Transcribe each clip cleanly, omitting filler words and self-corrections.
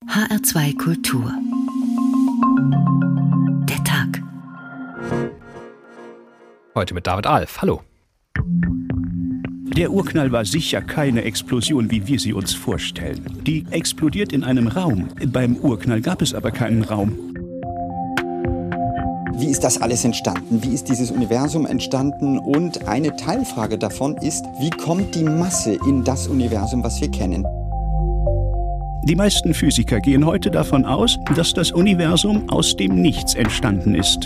HR2 Kultur. Der Tag. Heute mit David Alf. Hallo. Der Urknall war sicher keine Explosion, wie wir sie uns vorstellen. Die explodiert in einem Raum. Beim Urknall gab es aber keinen Raum. Wie ist das alles entstanden? Wie ist dieses Universum entstanden? Und eine Teilfrage davon ist, wie kommt die Masse in das Universum, was wir kennen? Die meisten Physiker gehen heute davon aus, dass das Universum aus dem Nichts entstanden ist.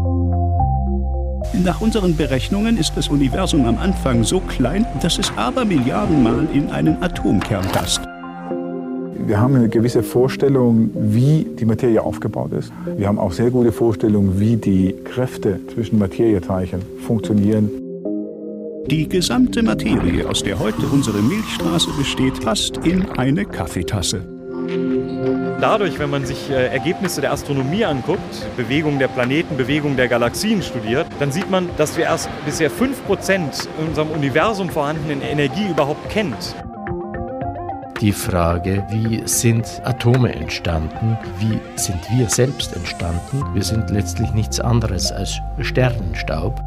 Nach unseren Berechnungen ist das Universum am Anfang so klein, dass es Abermilliardenmal in einen Atomkern passt. Wir haben eine gewisse Vorstellung, wie die Materie aufgebaut ist. Wir haben auch sehr gute Vorstellungen, wie die Kräfte zwischen Materieteilchen funktionieren. Die gesamte Materie, aus der heute unsere Milchstraße besteht, passt in eine Kaffeetasse. Dadurch, wenn man sich Ergebnisse der Astronomie anguckt, Bewegung der Planeten, Bewegung der Galaxien studiert, dann sieht man, dass wir erst bisher 5% in unserem Universum vorhandenen Energie überhaupt kennt. Die Frage, wie sind Atome entstanden? Wie sind wir selbst entstanden? Wir sind letztlich nichts anderes als Sternenstaub.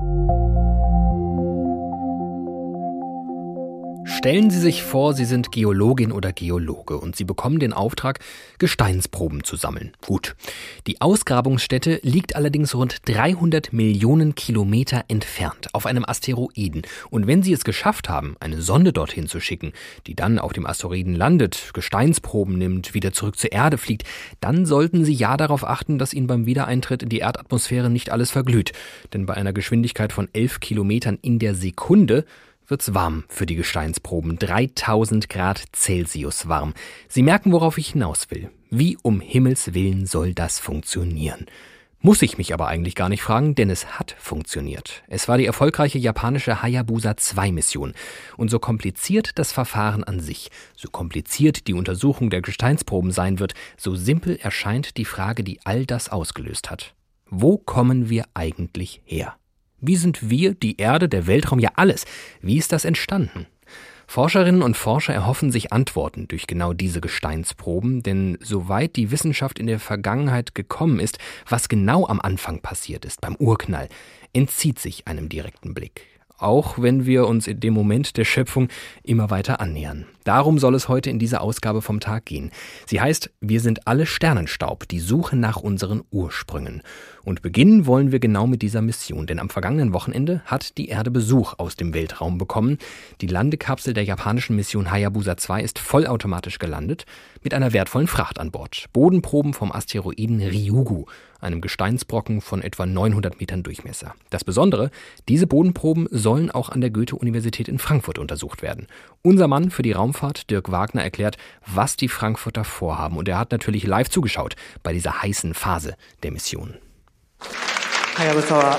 Stellen Sie sich vor, Sie sind Geologin oder Geologe und Sie bekommen den Auftrag, Gesteinsproben zu sammeln. Gut. Die Ausgrabungsstätte liegt allerdings rund 300 Millionen Kilometer entfernt auf einem Asteroiden. Und wenn Sie es geschafft haben, eine Sonde dorthin zu schicken, die dann auf dem Asteroiden landet, Gesteinsproben nimmt, wieder zurück zur Erde fliegt, dann sollten Sie ja darauf achten, dass Ihnen beim Wiedereintritt in die Erdatmosphäre nicht alles verglüht. Denn bei einer Geschwindigkeit von 11 Kilometern in der Sekunde wird's warm für die Gesteinsproben. 3000 Grad Celsius warm. Sie merken, worauf ich hinaus will. Wie um Himmels Willen soll das funktionieren? Muss ich mich aber eigentlich gar nicht fragen, denn es hat funktioniert. Es war die erfolgreiche japanische Hayabusa-2-Mission. Und so kompliziert das Verfahren an sich, so kompliziert die Untersuchung der Gesteinsproben sein wird, so simpel erscheint die Frage, die all das ausgelöst hat. Wo kommen wir eigentlich her? Wie sind wir, die Erde, der Weltraum, ja alles? Wie ist das entstanden? Forscherinnen und Forscher erhoffen sich Antworten durch genau diese Gesteinsproben, denn soweit die Wissenschaft in der Vergangenheit gekommen ist, was genau am Anfang passiert ist, beim Urknall, entzieht sich einem direkten Blick. Auch wenn wir uns in dem Moment der Schöpfung immer weiter annähern. Darum soll es heute in dieser Ausgabe vom Tag gehen. Sie heißt, wir sind alle Sternenstaub, die Suche nach unseren Ursprüngen. Und beginnen wollen wir genau mit dieser Mission, denn am vergangenen Wochenende hat die Erde Besuch aus dem Weltraum bekommen. Die Landekapsel der japanischen Mission Hayabusa 2 ist vollautomatisch gelandet, mit einer wertvollen Fracht an Bord. Bodenproben vom Asteroiden Ryugu, einem Gesteinsbrocken von etwa 900 Metern Durchmesser. Das Besondere, diese Bodenproben sollen auch an der Goethe-Universität in Frankfurt untersucht werden. Unser Mann für die Raumfahrt, Dirk Wagner, erklärt, was die Frankfurter vorhaben. Und er hat natürlich live zugeschaut bei dieser heißen Phase der Mission. Hayabusa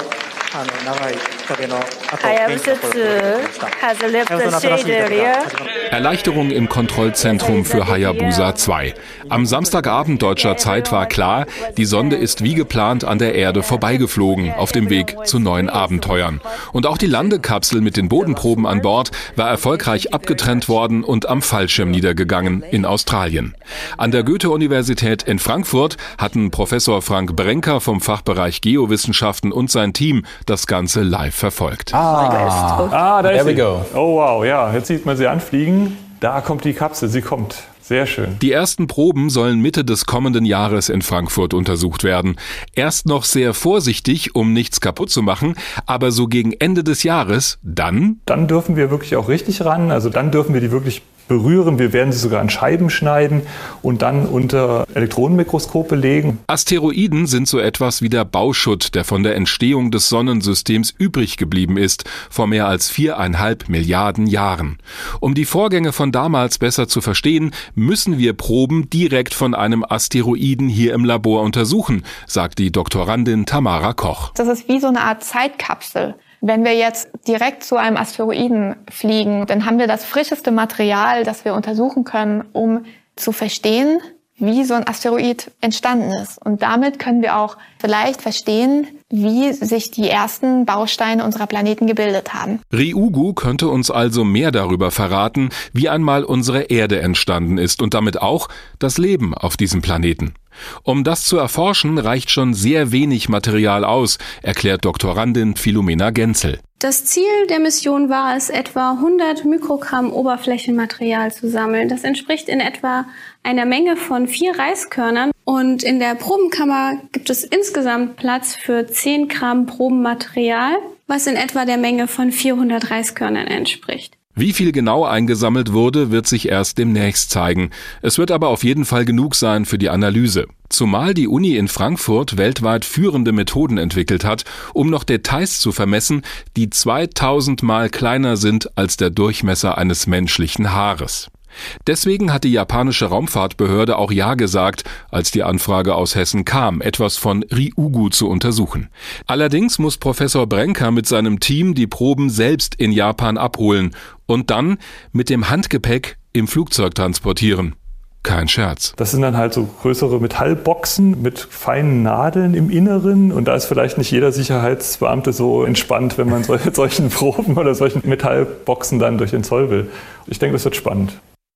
2 has left the shade area. Erleichterung im Kontrollzentrum für Hayabusa 2. Am Samstagabend deutscher Zeit war klar, die Sonde ist wie geplant an der Erde vorbeigeflogen, auf dem Weg zu neuen Abenteuern. Und auch die Landekapsel mit den Bodenproben an Bord war erfolgreich abgetrennt worden und am Fallschirm niedergegangen in Australien. An der Goethe-Universität in Frankfurt hatten Professor Frank Brenker vom Fachbereich Geowissenschaften und sein Team das Ganze live verfolgt. Da ist sie. Oh wow, ja, jetzt sieht man sie anfliegen. Da kommt die Kapsel, sie kommt. Sehr schön. Die ersten Proben sollen Mitte des kommenden Jahres in Frankfurt untersucht werden. Erst noch sehr vorsichtig, um nichts kaputt zu machen, aber so gegen Ende des Jahres, dann dürfen wir wirklich auch richtig ran, also dann dürfen wir die wirklich berühren. Wir werden sie sogar in Scheiben schneiden und dann unter Elektronenmikroskope legen. Asteroiden sind so etwas wie der Bauschutt, der von der Entstehung des Sonnensystems übrig geblieben ist, vor mehr als 4,5 Milliarden Jahren. Um die Vorgänge von damals besser zu verstehen, müssen wir Proben direkt von einem Asteroiden hier im Labor untersuchen, sagt die Doktorandin Tamara Koch. Das ist wie so eine Art Zeitkapsel. Wenn wir jetzt direkt zu einem Asteroiden fliegen, dann haben wir das frischeste Material, das wir untersuchen können, um zu verstehen, wie so ein Asteroid entstanden ist. Und damit können wir auch vielleicht verstehen, wie sich die ersten Bausteine unserer Planeten gebildet haben. Ryugu könnte uns also mehr darüber verraten, wie einmal unsere Erde entstanden ist und damit auch das Leben auf diesem Planeten. Um das zu erforschen, reicht schon sehr wenig Material aus, erklärt Doktorandin Philomena Genzel. Das Ziel der Mission war es, etwa 100 Mikrogramm Oberflächenmaterial zu sammeln. Das entspricht in etwa einer Menge von 4 Reiskörnern. Und in der Probenkammer gibt es insgesamt Platz für 10 Gramm Probenmaterial, was in etwa der Menge von 400 Reiskörnern entspricht. Wie viel genau eingesammelt wurde, wird sich erst demnächst zeigen. Es wird aber auf jeden Fall genug sein für die Analyse. Zumal die Uni in Frankfurt weltweit führende Methoden entwickelt hat, um noch Details zu vermessen, die 2000 Mal kleiner sind als der Durchmesser eines menschlichen Haares. Deswegen hat die japanische Raumfahrtbehörde auch Ja gesagt, als die Anfrage aus Hessen kam, etwas von Ryugu zu untersuchen. Allerdings muss Professor Brenker mit seinem Team die Proben selbst in Japan abholen und dann mit dem Handgepäck im Flugzeug transportieren. Kein Scherz. Das sind dann halt so größere Metallboxen mit feinen Nadeln im Inneren und da ist vielleicht nicht jeder Sicherheitsbeamte so entspannt, wenn man solchen Proben oder solchen Metallboxen dann durch den Zoll will. Ich denke, das wird spannend.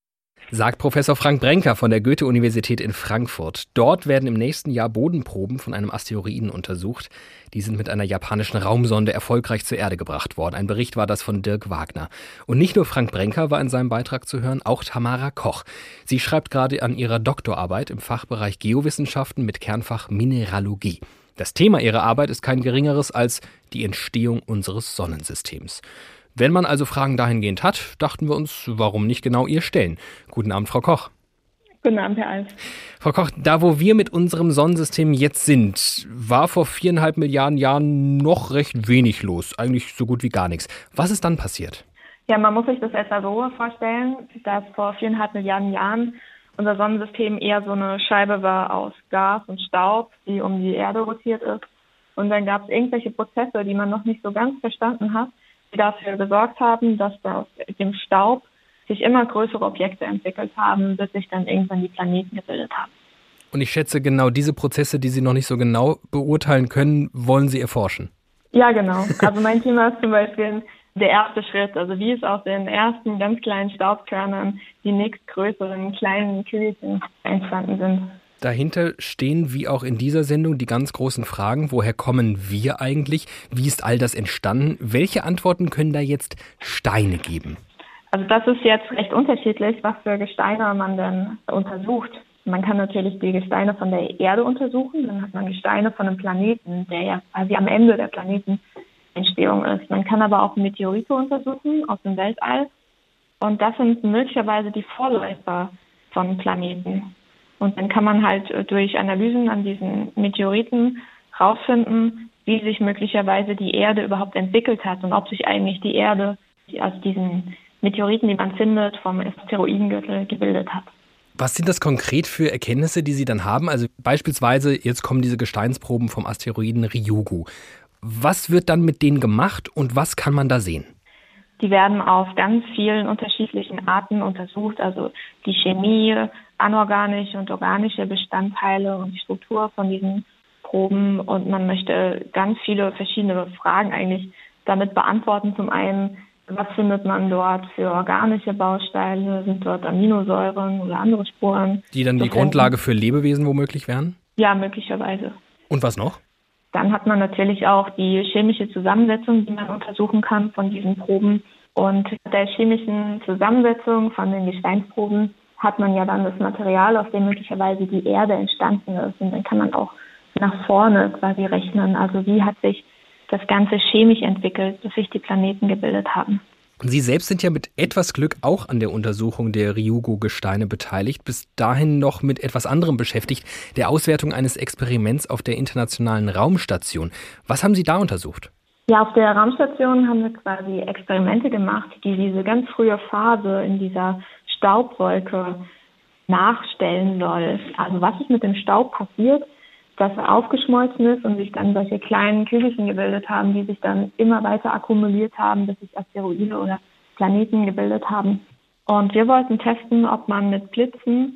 Sagt Professor Frank Brenker von der Goethe-Universität in Frankfurt. Dort werden im nächsten Jahr Bodenproben von einem Asteroiden untersucht. Die sind mit einer japanischen Raumsonde erfolgreich zur Erde gebracht worden. Ein Bericht war das von Dirk Wagner. Und nicht nur Frank Brenker war in seinem Beitrag zu hören, auch Tamara Koch. Sie schreibt gerade an ihrer Doktorarbeit im Fachbereich Geowissenschaften mit Kernfach Mineralogie. Das Thema ihrer Arbeit ist kein geringeres als die Entstehung unseres Sonnensystems. Wenn man also Fragen dahingehend hat, dachten wir uns, warum nicht genau ihr stellen. Guten Abend, Frau Koch. Guten Abend, Herr Alf. Frau Koch, da wo wir mit unserem Sonnensystem jetzt sind, war vor 4,5 Milliarden Jahren noch recht wenig los. Eigentlich so gut wie gar nichts. Was ist dann passiert? Ja, man muss sich das etwa so vorstellen, dass vor 4,5 Milliarden Jahren unser Sonnensystem eher so eine Scheibe war aus Gas und Staub, die um die Erde rotiert ist. Und dann gab es irgendwelche Prozesse, die man noch nicht so ganz verstanden hat, die dafür gesorgt haben, dass aus dem Staub sich immer größere Objekte entwickelt haben, bis sich dann irgendwann die Planeten gebildet haben. Und ich schätze, genau diese Prozesse, die Sie noch nicht so genau beurteilen können, wollen Sie erforschen? Ja, genau. Also mein Thema ist zum Beispiel der erste Schritt, also wie es aus den ersten ganz kleinen Staubkörnern die nächstgrößeren kleinen Kügelchen entstanden sind. Dahinter stehen, wie auch in dieser Sendung, die ganz großen Fragen. Woher kommen wir eigentlich? Wie ist all das entstanden? Welche Antworten können da jetzt Steine geben? Also das ist jetzt recht unterschiedlich, was für Gesteine man denn untersucht. Man kann natürlich die Gesteine von der Erde untersuchen. Dann hat man Gesteine von einem Planeten, der ja quasi am Ende der Planetenentstehung ist. Man kann aber auch Meteorite untersuchen aus dem Weltall. Und das sind möglicherweise die Vorläufer von Planeten. Und dann kann man halt durch Analysen an diesen Meteoriten rausfinden, wie sich möglicherweise die Erde überhaupt entwickelt hat und ob sich eigentlich die Erde aus diesen Meteoriten, die man findet, vom Asteroidengürtel gebildet hat. Was sind das konkret für Erkenntnisse, die Sie dann haben? Also beispielsweise, jetzt kommen diese Gesteinsproben vom Asteroiden Ryugu. Was wird dann mit denen gemacht und was kann man da sehen? Die werden auf ganz vielen unterschiedlichen Arten untersucht, also die Chemie, anorganische und organische Bestandteile und die Struktur von diesen Proben. Und man möchte ganz viele verschiedene Fragen eigentlich damit beantworten. Zum einen, was findet man dort für organische Bausteine? Sind dort Aminosäuren oder andere Spuren? Die dann die Grundlage für Lebewesen womöglich wären? Ja, möglicherweise. Und was noch? Dann hat man natürlich auch die chemische Zusammensetzung, die man untersuchen kann von diesen Proben. Und der chemischen Zusammensetzung von den Gesteinsproben hat man ja dann das Material, aus dem möglicherweise die Erde entstanden ist. Und dann kann man auch nach vorne quasi rechnen. Also wie hat sich das Ganze chemisch entwickelt, bis sich die Planeten gebildet haben. Sie selbst sind ja mit etwas Glück auch an der Untersuchung der Ryugu-Gesteine beteiligt, bis dahin noch mit etwas anderem beschäftigt, der Auswertung eines Experiments auf der Internationalen Raumstation. Was haben Sie da untersucht? Ja, auf der Raumstation haben wir quasi Experimente gemacht, die diese ganz frühe Phase in dieser Staubwolke nachstellen soll. Also was ist mit dem Staub passiert, dass er aufgeschmolzen ist und sich dann solche kleinen Kügelchen gebildet haben, die sich dann immer weiter akkumuliert haben, bis sich Asteroide oder Planeten gebildet haben. Und wir wollten testen, ob man mit Blitzen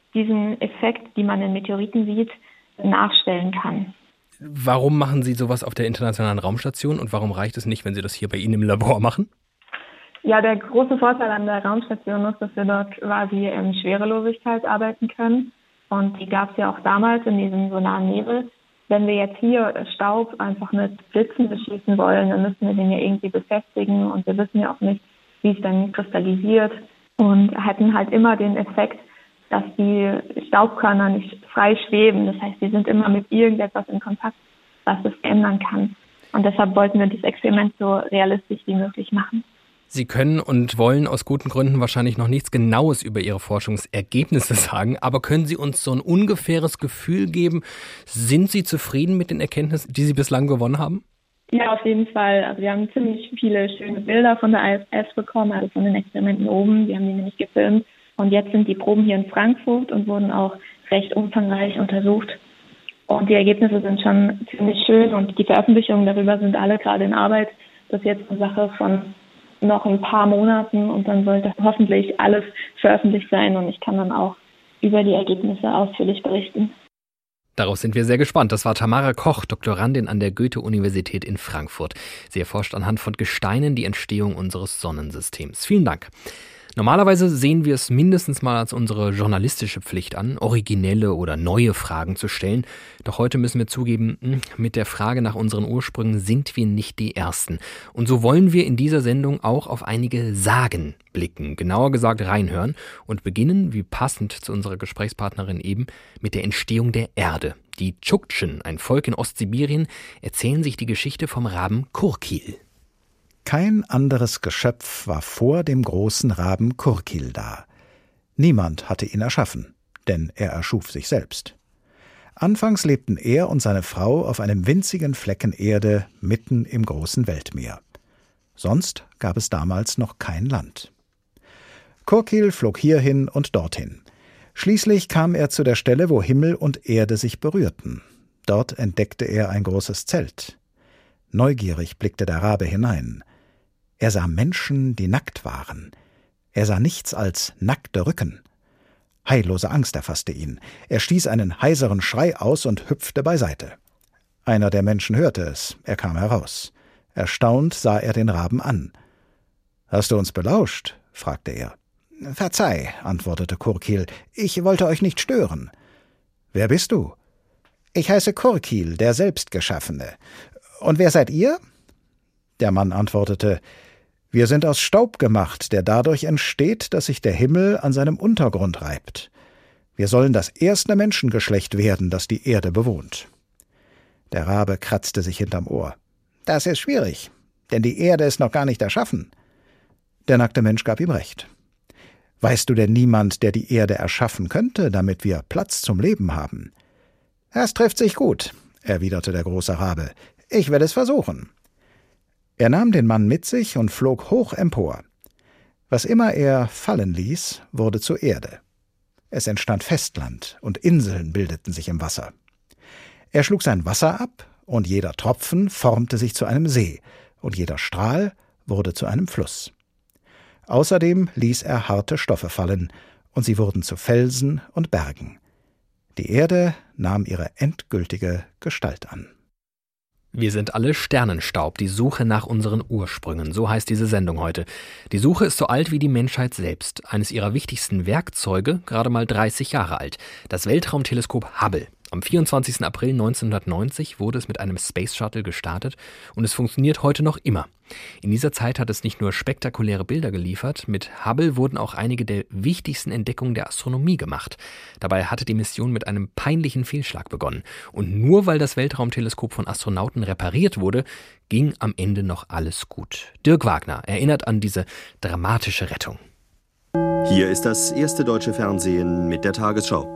diesen Effekt, die man in Meteoriten sieht, nachstellen kann. Warum machen Sie sowas auf der Internationalen Raumstation und warum reicht es nicht, wenn Sie das hier bei Ihnen im Labor machen? Ja, der große Vorteil an der Raumstation ist, dass wir dort quasi in Schwerelosigkeit arbeiten können. Und die gab es ja auch damals in diesem solaren Nebel. Wenn wir jetzt hier Staub einfach mit Blitzen beschießen wollen, dann müssen wir den ja irgendwie befestigen. Und wir wissen ja auch nicht, wie es dann kristallisiert. Und hatten halt immer den Effekt, dass die Staubkörner nicht frei schweben. Das heißt, die sind immer mit irgendetwas in Kontakt, was es ändern kann. Und deshalb wollten wir das Experiment so realistisch wie möglich machen. Sie können und wollen aus guten Gründen wahrscheinlich noch nichts Genaues über Ihre Forschungsergebnisse sagen, aber können Sie uns so ein ungefähres Gefühl geben? Sind Sie zufrieden mit den Erkenntnissen, die Sie bislang gewonnen haben? Ja, auf jeden Fall. Also wir haben ziemlich viele schöne Bilder von der ISS bekommen, also von den Experimenten oben. Wir haben die nämlich gefilmt. Und jetzt sind die Proben hier in Frankfurt und wurden auch recht umfangreich untersucht. Und die Ergebnisse sind schon ziemlich schön und die Veröffentlichungen darüber sind alle gerade in Arbeit. Das ist jetzt eine Sache von noch ein paar Monaten und dann sollte hoffentlich alles veröffentlicht sein und ich kann dann auch über die Ergebnisse ausführlich berichten. Darauf sind wir sehr gespannt. Das war Tamara Koch, Doktorandin an der Goethe-Universität in Frankfurt. Sie erforscht anhand von Gesteinen die Entstehung unseres Sonnensystems. Vielen Dank. Normalerweise sehen wir es mindestens mal als unsere journalistische Pflicht an, originelle oder neue Fragen zu stellen. Doch heute müssen wir zugeben, mit der Frage nach unseren Ursprüngen sind wir nicht die Ersten. Und so wollen wir in dieser Sendung auch auf einige Sagen blicken, genauer gesagt reinhören und beginnen, wie passend zu unserer Gesprächspartnerin eben, mit der Entstehung der Erde. Die Tschuktschen, ein Volk in Ostsibirien, erzählen sich die Geschichte vom Raben Kurkil. Kein anderes Geschöpf war vor dem großen Raben Kurkil da. Niemand hatte ihn erschaffen, denn er erschuf sich selbst. Anfangs lebten er und seine Frau auf einem winzigen Flecken Erde mitten im großen Weltmeer. Sonst gab es damals noch kein Land. Kurkil flog hierhin und dorthin. Schließlich kam er zu der Stelle, wo Himmel und Erde sich berührten. Dort entdeckte er ein großes Zelt. Neugierig blickte der Rabe hinein. Er sah Menschen, die nackt waren. Er sah nichts als nackte Rücken. Heillose Angst erfasste ihn. Er stieß einen heiseren Schrei aus und hüpfte beiseite. Einer der Menschen hörte es. Er kam heraus. Erstaunt sah er den Raben an. »Hast du uns belauscht?« fragte er. »Verzeih«, antwortete Kurkil, »ich wollte euch nicht stören.« »Wer bist du?« »Ich heiße Kurkil, der Selbstgeschaffene. Und wer seid ihr?« Der Mann antwortete, »Wir sind aus Staub gemacht, der dadurch entsteht, dass sich der Himmel an seinem Untergrund reibt. Wir sollen das erste Menschengeschlecht werden, das die Erde bewohnt.« Der Rabe kratzte sich hinterm Ohr. »Das ist schwierig, denn die Erde ist noch gar nicht erschaffen.« Der nackte Mensch gab ihm recht. »Weißt du denn niemand, der die Erde erschaffen könnte, damit wir Platz zum Leben haben?« »Das trifft sich gut«, erwiderte der große Rabe. »Ich will es versuchen.« Er nahm den Mann mit sich und flog hoch empor. Was immer er fallen ließ, wurde zur Erde. Es entstand Festland und Inseln bildeten sich im Wasser. Er schlug sein Wasser ab und jeder Tropfen formte sich zu einem See und jeder Strahl wurde zu einem Fluss. Außerdem ließ er harte Stoffe fallen und sie wurden zu Felsen und Bergen. Die Erde nahm ihre endgültige Gestalt an. Wir sind alle Sternenstaub, die Suche nach unseren Ursprüngen, so heißt diese Sendung heute. Die Suche ist so alt wie die Menschheit selbst. Eines ihrer wichtigsten Werkzeuge, gerade mal 30 Jahre alt, das Weltraumteleskop Hubble. Am 24. April 1990 wurde es mit einem Space Shuttle gestartet und es funktioniert heute noch immer. In dieser Zeit hat es nicht nur spektakuläre Bilder geliefert, mit Hubble wurden auch einige der wichtigsten Entdeckungen der Astronomie gemacht. Dabei hatte die Mission mit einem peinlichen Fehlschlag begonnen. Und nur weil das Weltraumteleskop von Astronauten repariert wurde, ging am Ende noch alles gut. Dirk Wagner erinnert an diese dramatische Rettung. Hier ist das erste deutsche Fernsehen mit der Tagesschau.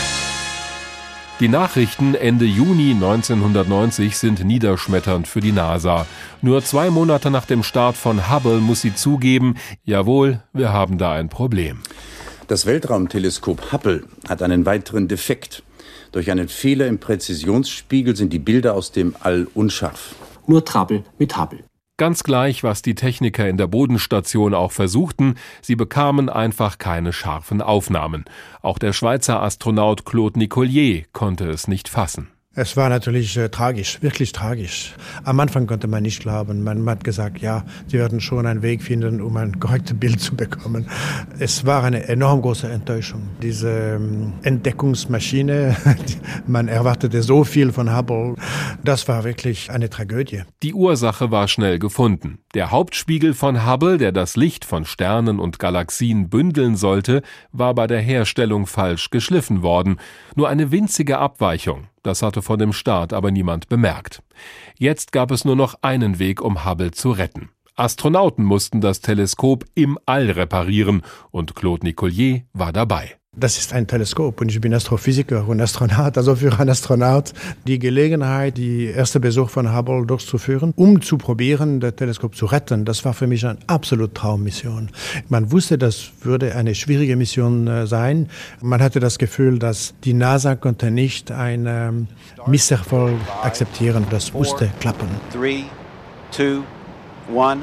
Die Nachrichten Ende Juni 1990 sind niederschmetternd für die NASA. Nur 2 Monate nach dem Start von Hubble muss sie zugeben, jawohl, wir haben da ein Problem. Das Weltraumteleskop Hubble hat einen weiteren Defekt. Durch einen Fehler im Präzisionsspiegel sind die Bilder aus dem All unscharf. Nur Trouble mit Hubble. Ganz gleich, was die Techniker in der Bodenstation auch versuchten, sie bekamen einfach keine scharfen Aufnahmen. Auch der Schweizer Astronaut Claude Nicollier konnte es nicht fassen. Es war natürlich tragisch, wirklich tragisch. Am Anfang konnte man nicht glauben. Man hat gesagt, ja, sie werden schon einen Weg finden, um ein korrektes Bild zu bekommen. Es war eine enorm große Enttäuschung. Diese Entdeckungsmaschine, man erwartete so viel von Hubble, das war wirklich eine Tragödie. Die Ursache war schnell gefunden. Der Hauptspiegel von Hubble, der das Licht von Sternen und Galaxien bündeln sollte, war bei der Herstellung falsch geschliffen worden. Nur eine winzige Abweichung. Das hatte vor dem Start aber niemand bemerkt. Jetzt gab es nur noch einen Weg, um Hubble zu retten. Astronauten mussten das Teleskop im All reparieren und Claude Nicollier war dabei. Das ist ein Teleskop und ich bin Astrophysiker und Astronaut. Also für einen Astronaut die Gelegenheit, die erste Besuch von Hubble durchzuführen, um zu probieren, das Teleskop zu retten, das war für mich eine absolute Traummission. Man wusste, das würde eine schwierige Mission sein. Man hatte das Gefühl, dass die NASA konnte nicht einen Misserfolg akzeptieren. Das musste klappen. 3, 2, 1.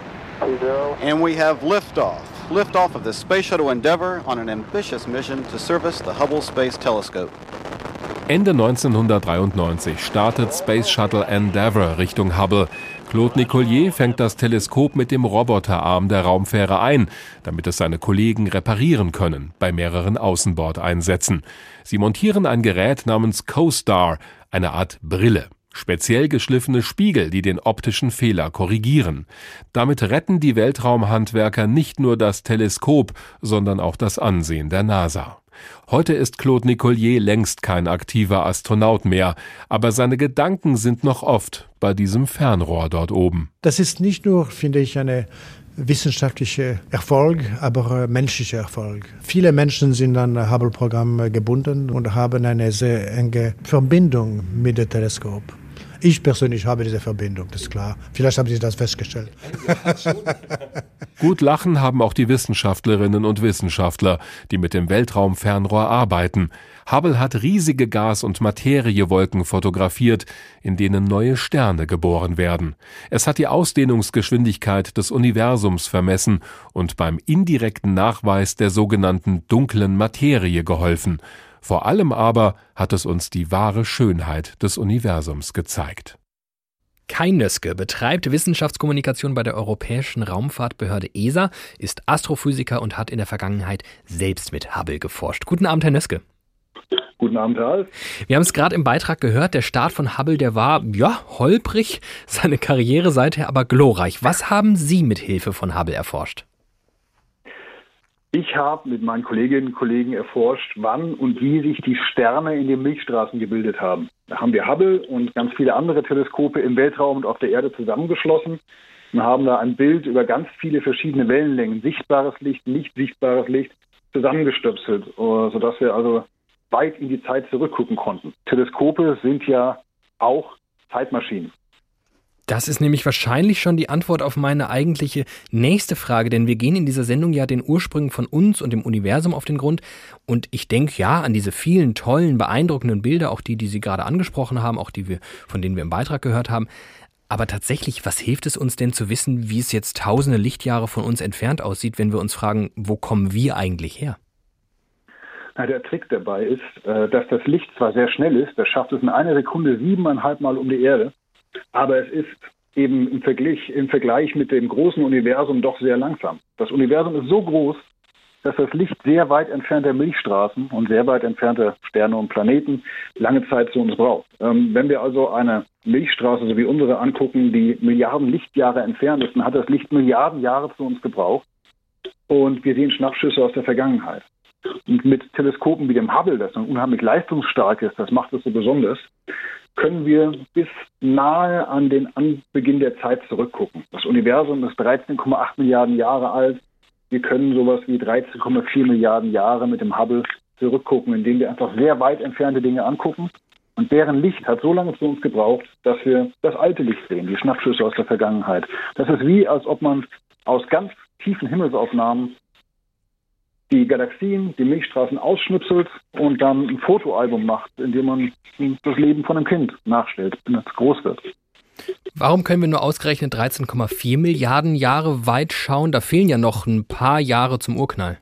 And we have liftoff. Liftoff of the Space Shuttle Endeavour on an ambitious mission to service the Hubble Space Telescope. Ende 1993 startet Space Shuttle Endeavour Richtung Hubble. Claude Nicollier fängt das Teleskop mit dem Roboterarm der Raumfähre ein, damit es seine Kollegen reparieren können bei mehreren Außenbordeinsätzen. Sie montieren ein Gerät namens CoStar, eine Art Brille. Speziell geschliffene Spiegel, die den optischen Fehler korrigieren. Damit retten die Weltraumhandwerker nicht nur das Teleskop, sondern auch das Ansehen der NASA. Heute ist Claude Nicollier längst kein aktiver Astronaut mehr, aber seine Gedanken sind noch oft bei diesem Fernrohr dort oben. Das ist nicht nur, finde ich, eine wissenschaftlicher Erfolg, aber menschlicher Erfolg. Viele Menschen sind an das Hubble-Programm gebunden und haben eine sehr enge Verbindung mit dem Teleskop. Ich persönlich habe diese Verbindung, das ist klar. Vielleicht haben Sie das festgestellt. Gut lachen haben auch die Wissenschaftlerinnen und Wissenschaftler, die mit dem Weltraumfernrohr arbeiten. Hubble hat riesige Gas- und Materiewolken fotografiert, in denen neue Sterne geboren werden. Es hat die Ausdehnungsgeschwindigkeit des Universums vermessen und beim indirekten Nachweis der sogenannten dunklen Materie geholfen. Vor allem aber hat es uns die wahre Schönheit des Universums gezeigt. Kai Nöske betreibt Wissenschaftskommunikation bei der Europäischen Raumfahrtbehörde ESA, ist Astrophysiker und hat in der Vergangenheit selbst mit Hubble geforscht. Guten Abend, Herr Nöske. Guten Abend, Herr Alf. Wir haben es gerade im Beitrag gehört, der Start von Hubble, der war, holprig, seine Karriere seither aber glorreich. Was haben Sie mit Hilfe von Hubble erforscht? Ich habe mit meinen Kolleginnen und Kollegen erforscht, wann und wie sich die Sterne in den Milchstraßen gebildet haben. Da haben wir Hubble und ganz viele andere Teleskope im Weltraum und auf der Erde zusammengeschlossen und haben da ein Bild über ganz viele verschiedene Wellenlängen, sichtbares Licht, nicht sichtbares Licht, zusammengestöpselt, sodass wir also weit in die Zeit zurückgucken konnten. Teleskope sind ja auch Zeitmaschinen. Das ist nämlich wahrscheinlich schon die Antwort auf meine eigentliche nächste Frage, denn wir gehen in dieser Sendung ja den Ursprüngen von uns und dem Universum auf den Grund und ich denke an diese vielen tollen, beeindruckenden Bilder, auch die Sie gerade angesprochen haben, auch von denen wir im Beitrag gehört haben. Aber tatsächlich, was hilft es uns denn zu wissen, wie es jetzt tausende Lichtjahre von uns entfernt aussieht, wenn wir uns fragen, wo kommen wir eigentlich her? Na, der Trick dabei ist, dass das Licht zwar sehr schnell ist, das schafft es in einer Sekunde 7,5 Mal um die Erde, aber es ist eben im Vergleich mit dem großen Universum doch sehr langsam. Das Universum ist so groß, dass das Licht sehr weit entfernter Milchstraßen und sehr weit entfernter Sterne und Planeten lange Zeit zu uns braucht. Wenn wir also eine Milchstraße, so wie unsere, angucken, die Milliarden Lichtjahre entfernt ist, dann hat das Licht Milliarden Jahre zu uns gebraucht und wir sehen Schnappschüsse aus der Vergangenheit. Und mit Teleskopen wie dem Hubble, das unheimlich leistungsstark ist, das macht es so besonders, können wir bis nahe an den Anbeginn der Zeit zurückgucken. Das Universum ist 13,8 Milliarden Jahre alt. Wir können sowas wie 13,4 Milliarden Jahre mit dem Hubble zurückgucken, indem wir einfach sehr weit entfernte Dinge angucken. Und deren Licht hat so lange zu uns gebraucht, dass wir das alte Licht sehen, die Schnappschüsse aus der Vergangenheit. Das ist wie, als ob man aus ganz tiefen Himmelsaufnahmen die Galaxien, die Milchstraßen ausschnipselt und dann ein Fotoalbum macht, in dem man das Leben von einem Kind nachstellt, wenn es groß wird. Warum können wir nur ausgerechnet 13,4 Milliarden Jahre weit schauen? Da fehlen ja noch ein paar Jahre zum Urknall.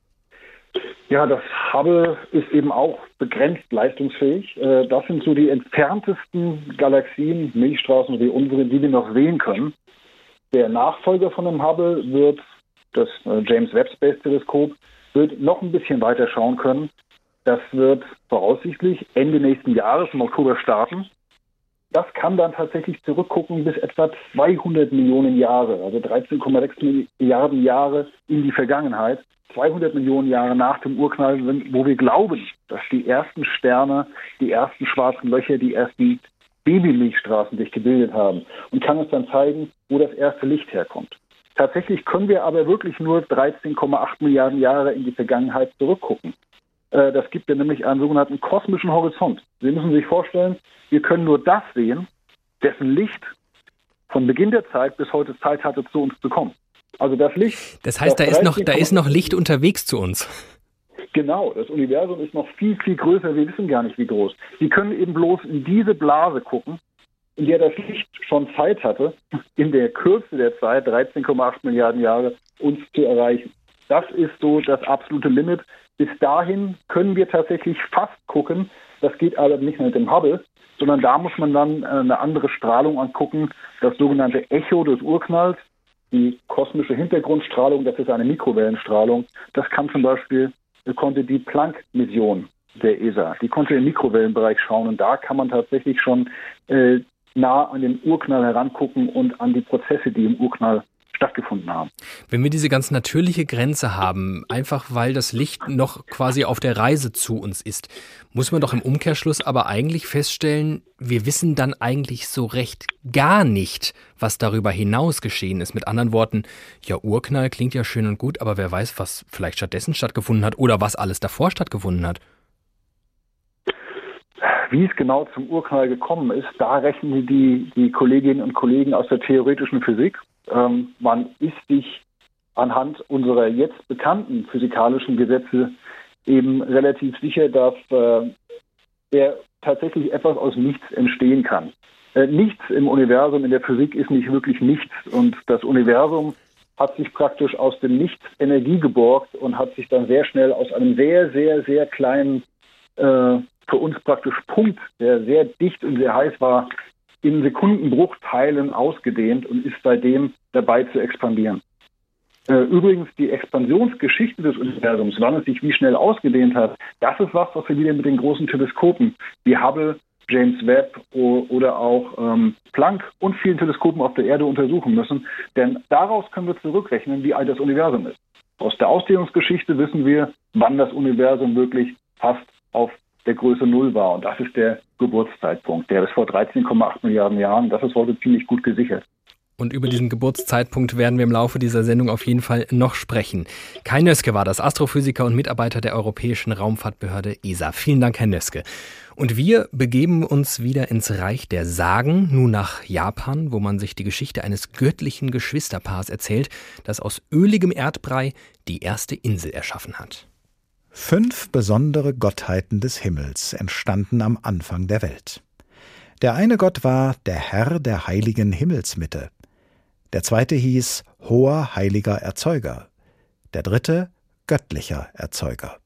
Ja, das Hubble ist eben auch begrenzt leistungsfähig. Das sind so die entferntesten Galaxien, Milchstraßen wie unsere, die wir noch sehen können. Der Nachfolger von dem Hubble wird, das James Webb Space Teleskop, wird noch ein bisschen weiter schauen können. Das wird voraussichtlich Ende nächsten Jahres im Oktober starten. Das kann dann tatsächlich zurückgucken bis etwa 200 Millionen Jahre, also 13,6 Milliarden Jahre in die Vergangenheit. 200 Millionen Jahre nach dem Urknall, wo wir glauben, dass die ersten Sterne, die ersten schwarzen Löcher, die ersten Babymilchstraßen sich gebildet haben und kann uns dann zeigen, wo das erste Licht herkommt. Tatsächlich können wir aber wirklich nur 13,8 Milliarden Jahre in die Vergangenheit zurückgucken. Das gibt ja nämlich einen sogenannten kosmischen Horizont. Sie müssen sich vorstellen, wir können nur das sehen, dessen Licht von Beginn der Zeit bis heute Zeit hatte, zu uns zu kommen. Also das Licht. Das heißt, da ist noch Licht unterwegs zu uns. Genau, das Universum ist noch viel, viel größer. Wir wissen gar nicht, wie groß. Sie können eben bloß in diese Blase gucken, in der das Licht schon Zeit hatte, in der Kürze der Zeit, 13,8 Milliarden Jahre, uns zu erreichen. Das ist so das absolute Limit. Bis dahin können wir tatsächlich fast gucken. Das geht aber nicht mit dem Hubble, sondern da muss man dann eine andere Strahlung angucken, das sogenannte Echo des Urknalls. Die kosmische Hintergrundstrahlung, das ist eine Mikrowellenstrahlung. Das konnte die Planck-Mission der ESA. Die konnte im Mikrowellenbereich schauen und da kann man tatsächlich schon nah an den Urknall herangucken und an die Prozesse, die im Urknall stattgefunden haben. Wenn wir diese ganz natürliche Grenze haben, einfach weil das Licht noch quasi auf der Reise zu uns ist, muss man doch im Umkehrschluss aber eigentlich feststellen, wir wissen dann eigentlich so recht gar nicht, was darüber hinaus geschehen ist. Mit anderen Worten, ja, Urknall klingt ja schön und gut, aber wer weiß, was vielleicht stattdessen stattgefunden hat oder was alles davor stattgefunden hat. Wie es genau zum Urknall gekommen ist, da rechnen die Kolleginnen und Kollegen aus der theoretischen Physik. Man ist sich anhand unserer jetzt bekannten physikalischen Gesetze eben relativ sicher, dass tatsächlich etwas aus nichts entstehen kann. Nichts im Universum, in der Physik ist nicht wirklich nichts. Und das Universum hat sich praktisch aus dem Nichts Energie geborgt und hat sich dann sehr schnell aus einem sehr, sehr, sehr kleinen, für uns praktisch Punkt, der sehr dicht und sehr heiß war, in Sekundenbruchteilen ausgedehnt und ist seitdem dabei zu expandieren. Übrigens, die Expansionsgeschichte des Universums, wann es sich wie schnell ausgedehnt hat, das ist was wir wieder mit den großen Teleskopen wie Hubble, James Webb oder auch Planck und vielen Teleskopen auf der Erde untersuchen müssen. Denn daraus können wir zurückrechnen, wie alt das Universum ist. Aus der Ausdehnungsgeschichte wissen wir, wann das Universum wirklich fast auf der Größe 0 war. Und das ist der Geburtszeitpunkt. Der ist vor 13,8 Milliarden Jahren. Das ist heute ziemlich gut gesichert. Und über diesen Geburtszeitpunkt werden wir im Laufe dieser Sendung auf jeden Fall noch sprechen. Kai Nöske war das, Astrophysiker und Mitarbeiter der Europäischen Raumfahrtbehörde ESA. Vielen Dank, Herr Nöske. Und wir begeben uns wieder ins Reich der Sagen, nun nach Japan, wo man sich die Geschichte eines göttlichen Geschwisterpaars erzählt, das aus öligem Erdbrei die erste Insel erschaffen hat. 5 besondere Gottheiten des Himmels entstanden am Anfang der Welt. Der eine Gott war der Herr der heiligen Himmelsmitte. Der zweite hieß Hoher Heiliger Erzeuger. Der dritte Göttlicher Erzeuger.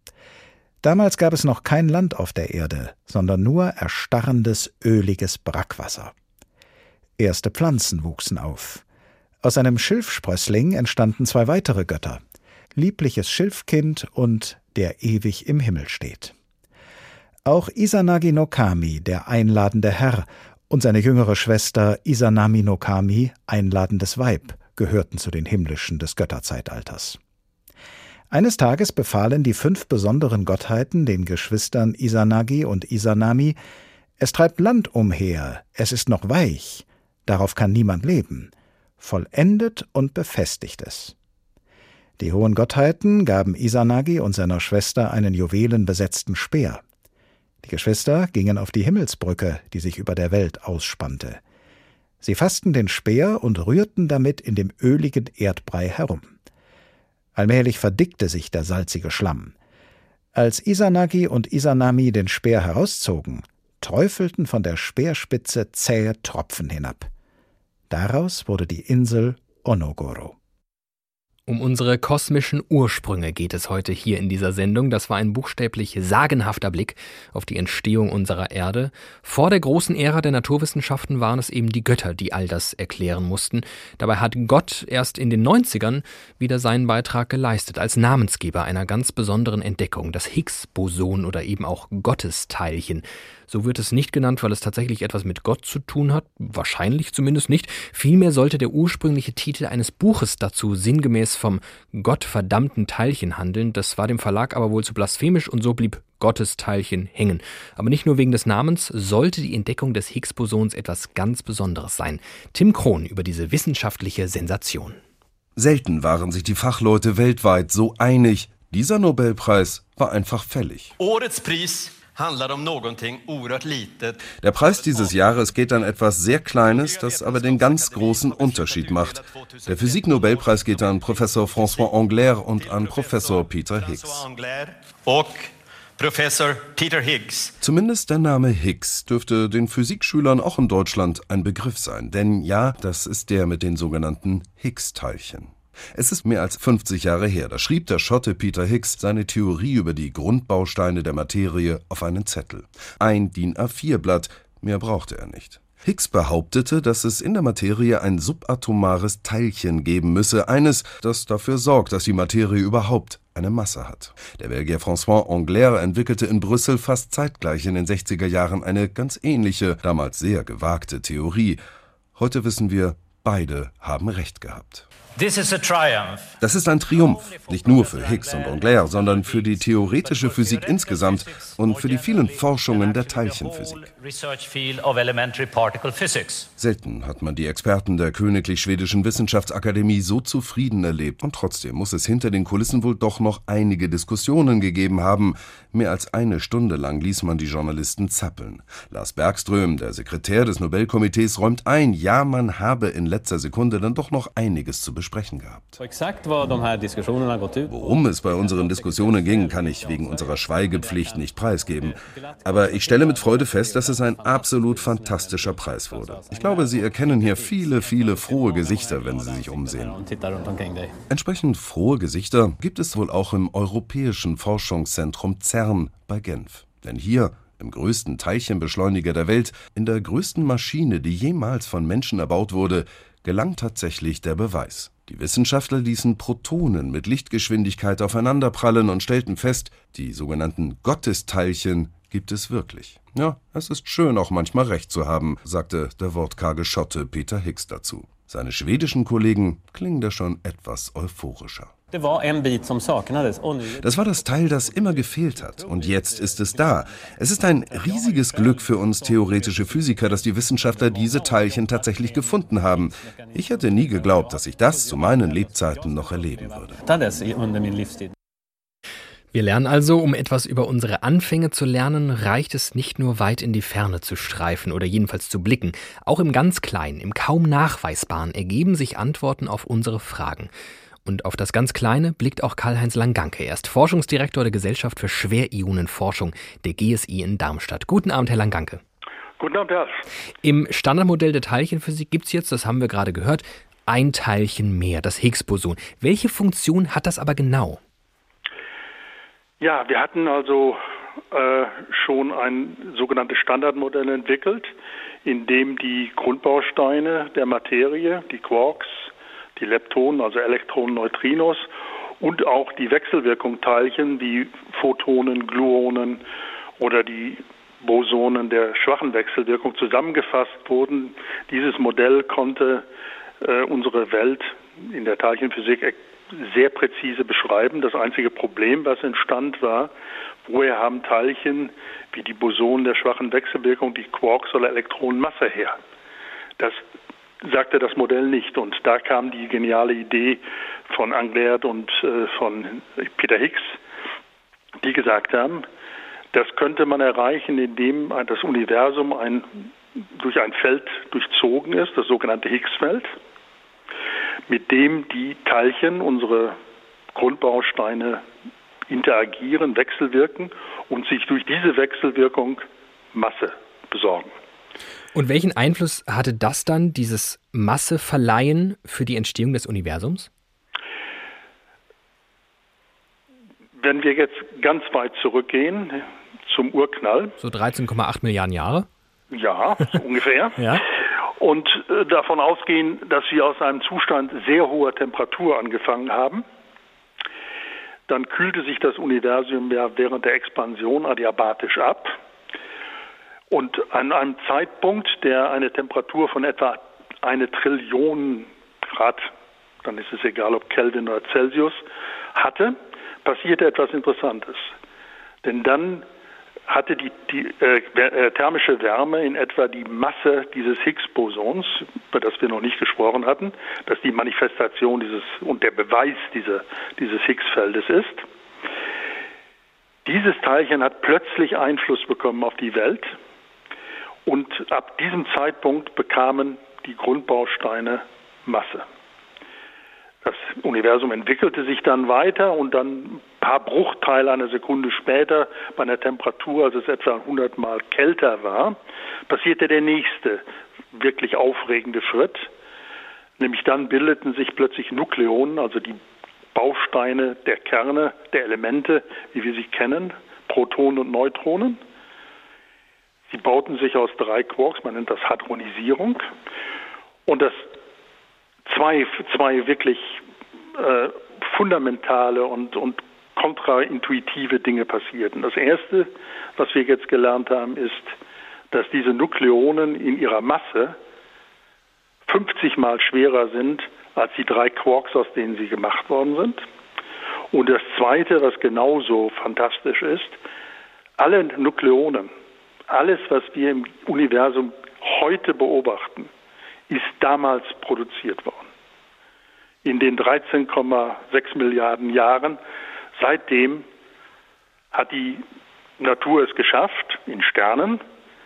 Damals gab es noch kein Land auf der Erde, sondern nur erstarrendes, öliges Brackwasser. Erste Pflanzen wuchsen auf. Aus einem Schilfsprössling entstanden 2 weitere Götter. Liebliches Schilfkind und der ewig im Himmel steht. Auch Izanagi no Kami, der einladende Herr, und seine jüngere Schwester Izanami no Kami, einladendes Weib, gehörten zu den himmlischen des Götterzeitalters. Eines Tages befahlen die 5 besonderen Gottheiten den Geschwistern Izanagi und Izanami: Es treibt Land umher, es ist noch weich, darauf kann niemand leben, vollendet und befestigt es. Die hohen Gottheiten gaben Izanagi und seiner Schwester einen juwelenbesetzten Speer. Die Geschwister gingen auf die Himmelsbrücke, die sich über der Welt ausspannte. Sie fassten den Speer und rührten damit in dem öligen Erdbrei herum. Allmählich verdickte sich der salzige Schlamm. Als Izanagi und Izanami den Speer herauszogen, träufelten von der Speerspitze zähe Tropfen hinab. Daraus wurde die Insel Onogoro. Um unsere kosmischen Ursprünge geht es heute hier in dieser Sendung. Das war ein buchstäblich sagenhafter Blick auf die Entstehung unserer Erde. Vor der großen Ära der Naturwissenschaften waren es eben die Götter, die all das erklären mussten. Dabei hat Gott erst in den 90ern wieder seinen Beitrag geleistet, als Namensgeber einer ganz besonderen Entdeckung, das Higgs-Boson oder eben auch Gottesteilchen. So wird es nicht genannt, weil es tatsächlich etwas mit Gott zu tun hat, wahrscheinlich zumindest nicht. Vielmehr sollte der ursprüngliche Titel eines Buches dazu sinngemäß vom gottverdammten Teilchen handeln. Das war dem Verlag aber wohl zu blasphemisch und so blieb Gottesteilchen hängen. Aber nicht nur wegen des Namens sollte die Entdeckung des Higgs-Bosons etwas ganz Besonderes sein. Tim Krohn über diese wissenschaftliche Sensation. Selten waren sich die Fachleute weltweit so einig. Dieser Nobelpreis war einfach fällig. Årets Pris. Der Preis dieses Jahres geht an etwas sehr Kleines, das aber den ganz großen Unterschied macht. Der Physik-Nobelpreis geht an Professor François Englert und an Professor Peter Higgs. Zumindest der Name Higgs dürfte den Physikschülern auch in Deutschland ein Begriff sein. Denn ja, das ist der mit den sogenannten Higgs-Teilchen. Es ist mehr als 50 Jahre her, da schrieb der Schotte Peter Higgs seine Theorie über die Grundbausteine der Materie auf einen Zettel. Ein DIN A4-Blatt, mehr brauchte er nicht. Higgs behauptete, dass es in der Materie ein subatomares Teilchen geben müsse, eines, das dafür sorgt, dass die Materie überhaupt eine Masse hat. Der Belgier François Englert entwickelte in Brüssel fast zeitgleich in den 60er Jahren eine ganz ähnliche, damals sehr gewagte Theorie. Heute wissen wir, beide haben recht gehabt. Das ist ein Triumph, nicht nur für Higgs und Englert, sondern für die theoretische Physik insgesamt und für die vielen Forschungen der Teilchenphysik. Selten hat man die Experten der Königlich Schwedischen Wissenschaftsakademie so zufrieden erlebt. Und trotzdem muss es hinter den Kulissen wohl doch noch einige Diskussionen gegeben haben. Mehr als eine Stunde lang ließ man die Journalisten zappeln. Lars Bergström, der Sekretär des Nobelkomitees, räumt ein, ja, man habe in letzter Sekunde dann doch noch einiges zu besprechen gehabt. Worum es bei unseren Diskussionen ging, kann ich wegen unserer Schweigepflicht nicht preisgeben. Aber ich stelle mit Freude fest, dass es ein absolut fantastischer Preis wurde. Ich glaube, Sie erkennen hier viele, viele frohe Gesichter, wenn Sie sich umsehen. Entsprechend frohe Gesichter gibt es wohl auch im Europäischen Forschungszentrum CERN bei Genf. Denn hier, im größten Teilchenbeschleuniger der Welt, in der größten Maschine, die jemals von Menschen erbaut wurde, gelang tatsächlich der Beweis. Die Wissenschaftler ließen Protonen mit Lichtgeschwindigkeit aufeinanderprallen und stellten fest, die sogenannten Gottesteilchen gibt es wirklich. Ja, es ist schön, auch manchmal recht zu haben, sagte der wortkarge Schotte Peter Higgs dazu. Seine schwedischen Kollegen klingen da schon etwas euphorischer. Das war das Teil, das immer gefehlt hat. Und jetzt ist es da. Es ist ein riesiges Glück für uns theoretische Physiker, dass die Wissenschaftler diese Teilchen tatsächlich gefunden haben. Ich hätte nie geglaubt, dass ich das zu meinen Lebzeiten noch erleben würde. Wir lernen also, um etwas über unsere Anfänge zu lernen, reicht es nicht nur weit in die Ferne zu streifen oder jedenfalls zu blicken. Auch im ganz Kleinen, im kaum Nachweisbaren ergeben sich Antworten auf unsere Fragen. Und auf das ganz Kleine blickt auch Karl-Heinz Langanke. Er ist Forschungsdirektor der Gesellschaft für Schwerionenforschung der GSI in Darmstadt. Guten Abend, Herr Langanke. Guten Abend, Herr. Im Standardmodell der Teilchenphysik gibt es jetzt, das haben wir gerade gehört, ein Teilchen mehr, das Higgs-Boson. Welche Funktion hat das aber genau? Ja, wir hatten also schon ein sogenanntes Standardmodell entwickelt, in dem die Grundbausteine der Materie, die Quarks, die Leptonen, also Elektronen, Neutrinos und auch die Wechselwirkung-Teilchen wie Photonen, Gluonen oder die Bosonen der schwachen Wechselwirkung zusammengefasst wurden. Dieses Modell konnte unsere Welt in der Teilchenphysik sehr präzise beschreiben. Das einzige Problem, was entstand, war, woher haben Teilchen wie die Bosonen der schwachen Wechselwirkung, die Quarks oder Elektronen Masse her? Das sagte das Modell nicht. Und da kam die geniale Idee von Englert und von Peter Higgs, die gesagt haben, das könnte man erreichen, indem das Universum durch ein Feld durchzogen ist, das sogenannte Higgs-Feld, mit dem die Teilchen, unsere Grundbausteine, interagieren, wechselwirken und sich durch diese Wechselwirkung Masse besorgen. Und welchen Einfluss hatte das dann, dieses Masseverleihen, für die Entstehung des Universums? Wenn wir jetzt ganz weit zurückgehen zum Urknall. So 13,8 Milliarden Jahre? Ja, so ungefähr. Ja. Und davon ausgehen, dass wir aus einem Zustand sehr hoher Temperatur angefangen haben. Dann kühlte sich das Universum ja während der Expansion adiabatisch ab. Und an einem Zeitpunkt, der eine Temperatur von etwa 1 Trillion Grad, dann ist es egal ob Kelvin oder Celsius, hatte, passierte etwas Interessantes. Denn dann hatte die thermische Wärme in etwa die Masse dieses Higgs-Bosons, über das wir noch nicht gesprochen hatten, das die Manifestation und der Beweis dieses Higgs-Feldes ist. Dieses Teilchen hat plötzlich Einfluss bekommen auf die Welt und ab diesem Zeitpunkt bekamen die Grundbausteine Masse. Das Universum entwickelte sich dann weiter und dann ein paar Bruchteile einer Sekunde später, bei einer Temperatur, als es etwa 100 Mal kälter war, passierte der nächste wirklich aufregende Schritt. Nämlich dann bildeten sich plötzlich Nukleonen, also die Bausteine der Kerne, der Elemente, wie wir sie kennen, Protonen und Neutronen. Sie bauten sich aus 3 Quarks, man nennt das Hadronisierung. Und das zwei wirklich fundamentale und kontraintuitive Dinge passierten. Das erste, was wir jetzt gelernt haben, ist, dass diese Nukleonen in ihrer Masse 50 Mal schwerer sind als die 3 Quarks, aus denen sie gemacht worden sind. Und das zweite, was genauso fantastisch ist, alle Nukleonen, alles, was wir im Universum heute beobachten, ist damals produziert worden. In den 13,6 Milliarden Jahren. Seitdem hat die Natur es geschafft, in Sternen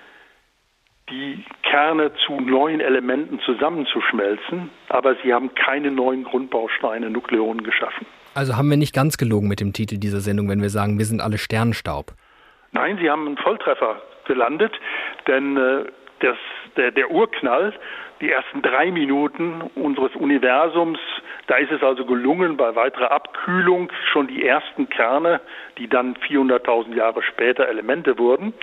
die Kerne zu neuen Elementen zusammenzuschmelzen, aber sie haben keine neuen Grundbausteine, Nukleonen geschaffen. Also haben wir nicht ganz gelogen mit dem Titel dieser Sendung, wenn wir sagen, wir sind alle Sternenstaub. Nein, Sie haben einen Volltreffer gelandet, denn der Urknall, die ersten 3 Minuten unseres Universums, da ist es also gelungen, bei weiterer Abkühlung schon die ersten Kerne, die dann 400.000 Jahre später Elemente wurden,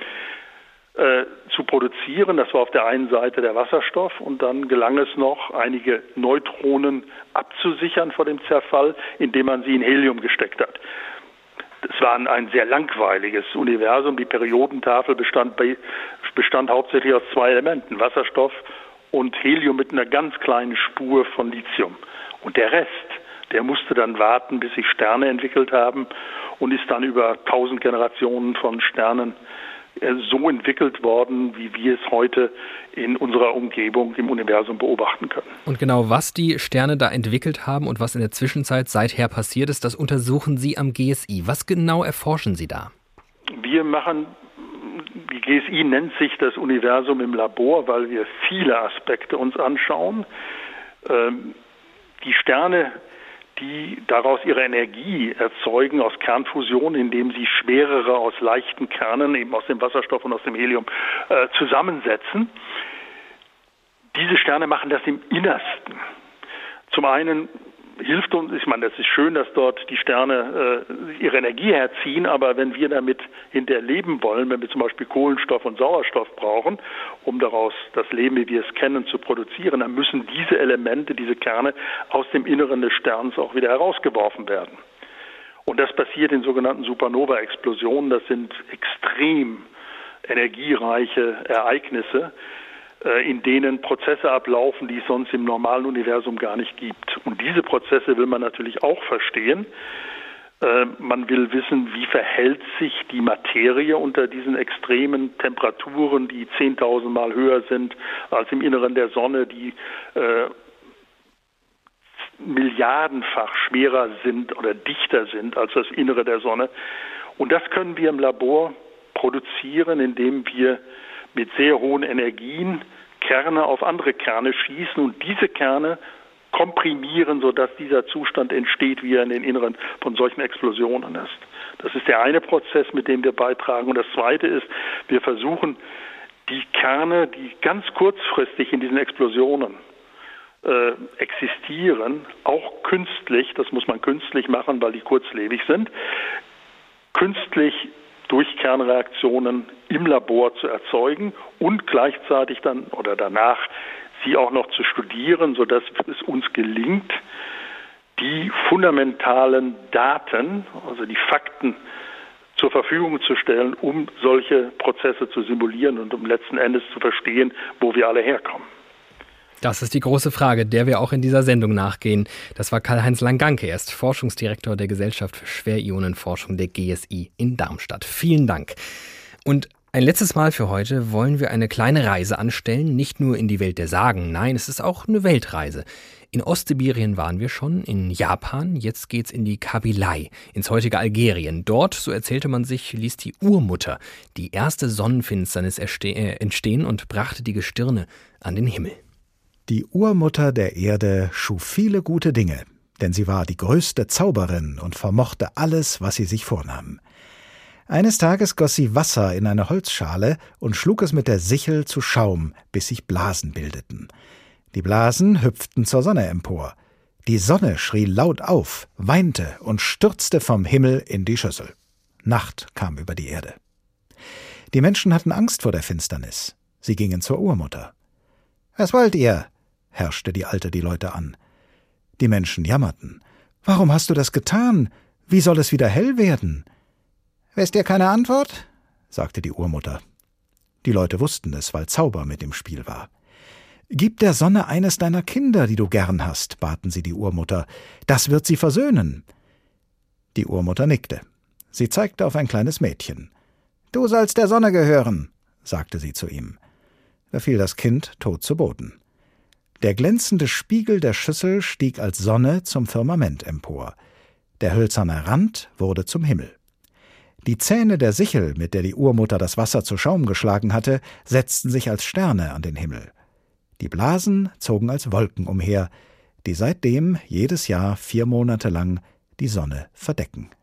zu produzieren. Das war auf der einen Seite der Wasserstoff und dann gelang es noch, einige Neutronen abzusichern vor dem Zerfall, indem man sie in Helium gesteckt hat. Es war ein sehr langweiliges Universum. Die Periodentafel bestand hauptsächlich aus 2 Elementen, Wasserstoff und Helium mit einer ganz kleinen Spur von Lithium. Und der Rest, der musste dann warten, bis sich Sterne entwickelt haben und ist dann über 1000 Generationen von Sternen so entwickelt worden, wie wir es heute in unserer Umgebung im Universum beobachten können. Und genau was die Sterne da entwickelt haben und was in der Zwischenzeit seither passiert ist, das untersuchen Sie am GSI. Was genau erforschen Sie da? Die GSI nennt sich das Universum im Labor, weil wir viele Aspekte uns anschauen. Die Sterne, die daraus ihre Energie erzeugen aus Kernfusion, indem sie schwerere aus leichten Kernen, eben aus dem Wasserstoff und aus dem Helium, zusammensetzen. Diese Sterne machen das im Innersten. Zum einen hilft uns, ich meine, das ist schön, dass dort die Sterne ihre Energie herziehen, aber wenn wir damit hinterher leben wollen, wenn wir zum Beispiel Kohlenstoff und Sauerstoff brauchen, um daraus das Leben, wie wir es kennen, zu produzieren, dann müssen diese Elemente, diese Kerne aus dem Inneren des Sterns auch wieder herausgeworfen werden. Und das passiert in sogenannten Supernova-Explosionen. Das sind extrem energiereiche Ereignisse, in denen Prozesse ablaufen, die es sonst im normalen Universum gar nicht gibt. Und diese Prozesse will man natürlich auch verstehen. Man will wissen, wie verhält sich die Materie unter diesen extremen Temperaturen, die 10.000 Mal höher sind als im Inneren der Sonne, die milliardenfach schwerer sind oder dichter sind als das Innere der Sonne. Und das können wir im Labor produzieren, indem wir mit sehr hohen Energien Kerne auf andere Kerne schießen und diese Kerne komprimieren, sodass dieser Zustand entsteht, wie er in den Inneren von solchen Explosionen ist. Das ist der eine Prozess, mit dem wir beitragen. Und das zweite ist, wir versuchen, die Kerne, die ganz kurzfristig in diesen Explosionen existieren, auch künstlich, das muss man künstlich machen, weil die kurzlebig sind, künstlich durch Kernreaktionen im Labor zu erzeugen und gleichzeitig dann oder danach sie auch noch zu studieren, sodass es uns gelingt, die fundamentalen Daten, also die Fakten, zur Verfügung zu stellen, um solche Prozesse zu simulieren und um letzten Endes zu verstehen, wo wir alle herkommen. Das ist die große Frage, der wir auch in dieser Sendung nachgehen. Das war Karl-Heinz Langanke, er ist Forschungsdirektor der Gesellschaft für Schwerionenforschung der GSI in Darmstadt. Vielen Dank. Und ein letztes Mal für heute wollen wir eine kleine Reise anstellen, nicht nur in die Welt der Sagen, nein, es ist auch eine Weltreise. In Ostsibirien waren wir schon, in Japan, jetzt geht's in die Kabylei, ins heutige Algerien. Dort, so erzählte man sich, ließ die Urmutter die erste Sonnenfinsternis entstehen und brachte die Gestirne an den Himmel. Die Urmutter der Erde schuf viele gute Dinge, denn sie war die größte Zauberin und vermochte alles, was sie sich vornahm. Eines Tages goss sie Wasser in eine Holzschale und schlug es mit der Sichel zu Schaum, bis sich Blasen bildeten. Die Blasen hüpften zur Sonne empor. Die Sonne schrie laut auf, weinte und stürzte vom Himmel in die Schüssel. Nacht kam über die Erde. Die Menschen hatten Angst vor der Finsternis. Sie gingen zur Urmutter. »Was wollt ihr?« herrschte die Alte die Leute an. Die Menschen jammerten. »Warum hast du das getan? Wie soll es wieder hell werden?« »Wisst ihr keine Antwort?« sagte die Urmutter. Die Leute wussten es, weil Zauber mit im Spiel war. »Gib der Sonne eines deiner Kinder, die du gern hast«, baten sie die Urmutter. »Das wird sie versöhnen.« Die Urmutter nickte. Sie zeigte auf ein kleines Mädchen. »Du sollst der Sonne gehören«, sagte sie zu ihm. Da fiel das Kind tot zu Boden. Der glänzende Spiegel der Schüssel stieg als Sonne zum Firmament empor. Der hölzerne Rand wurde zum Himmel. Die Zähne der Sichel, mit der die Urmutter das Wasser zu Schaum geschlagen hatte, setzten sich als Sterne an den Himmel. Die Blasen zogen als Wolken umher, die seitdem jedes Jahr 4 Monate lang die Sonne verdecken.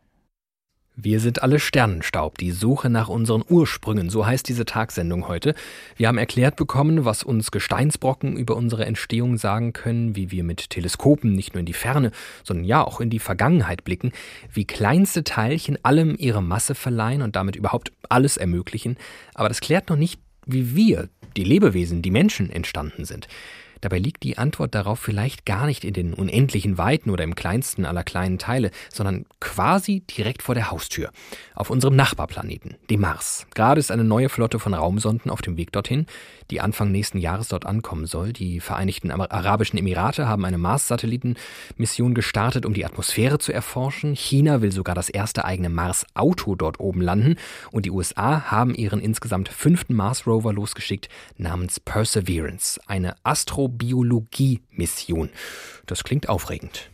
Wir sind alle Sternenstaub, die Suche nach unseren Ursprüngen, so heißt diese Tagsendung heute. Wir haben erklärt bekommen, was uns Gesteinsbrocken über unsere Entstehung sagen können, wie wir mit Teleskopen nicht nur in die Ferne, sondern ja auch in die Vergangenheit blicken, wie kleinste Teilchen allem ihre Masse verleihen und damit überhaupt alles ermöglichen. Aber das klärt noch nicht, wie wir, die Lebewesen, die Menschen, entstanden sind. Dabei liegt die Antwort darauf vielleicht gar nicht in den unendlichen Weiten oder im kleinsten aller kleinen Teile, sondern quasi direkt vor der Haustür, auf unserem Nachbarplaneten, dem Mars. Gerade ist eine neue Flotte von Raumsonden auf dem Weg dorthin, die Anfang nächsten Jahres dort ankommen soll. Die Vereinigten Arabischen Emirate haben eine Mars-Satellitenmission gestartet, um die Atmosphäre zu erforschen. China will sogar das erste eigene Mars-Auto dort oben landen. Und die USA haben ihren insgesamt 5. Mars-Rover losgeschickt, namens Perseverance, eine Astrobiologie-Mission. Das klingt aufregend.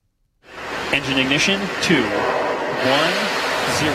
Engine ignition, 2, 1, 0.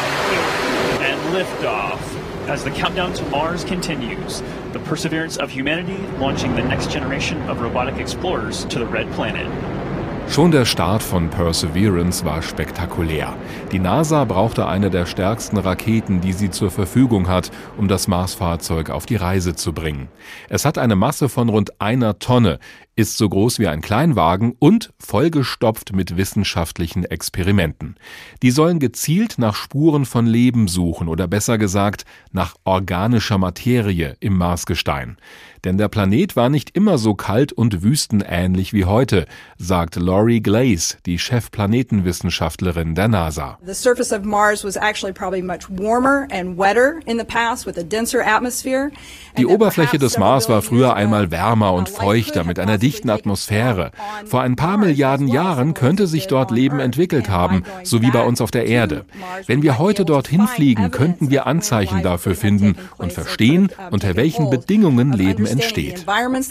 And liftoff. As the countdown to Mars continues, the perseverance of humanity launching the next generation of robotic explorers to the Red Planet. Schon der Start von Perseverance war spektakulär. Die NASA brauchte eine der stärksten Raketen, die sie zur Verfügung hat, um das Mars-Fahrzeug auf die Reise zu bringen. Es hat eine Masse von rund 1 Tonne, ist so groß wie ein Kleinwagen und vollgestopft mit wissenschaftlichen Experimenten. Die sollen gezielt nach Spuren von Leben suchen oder besser gesagt nach organischer Materie im Marsgestein. Denn der Planet war nicht immer so kalt und wüstenähnlich wie heute, sagt Laurie Glaze, die Chefplanetenwissenschaftlerin der NASA. The surface of Mars was actually probably much warmer and wetter in the past with a denser atmosphere. Die Oberfläche des Mars war früher einmal wärmer und feuchter mit einer dichten Atmosphäre. Vor ein paar Milliarden Jahren könnte sich dort Leben entwickelt haben, so wie bei uns auf der Erde. Wenn wir heute dorthin fliegen, könnten wir Anzeichen dafür finden und verstehen, unter welchen Bedingungen Leben entsteht.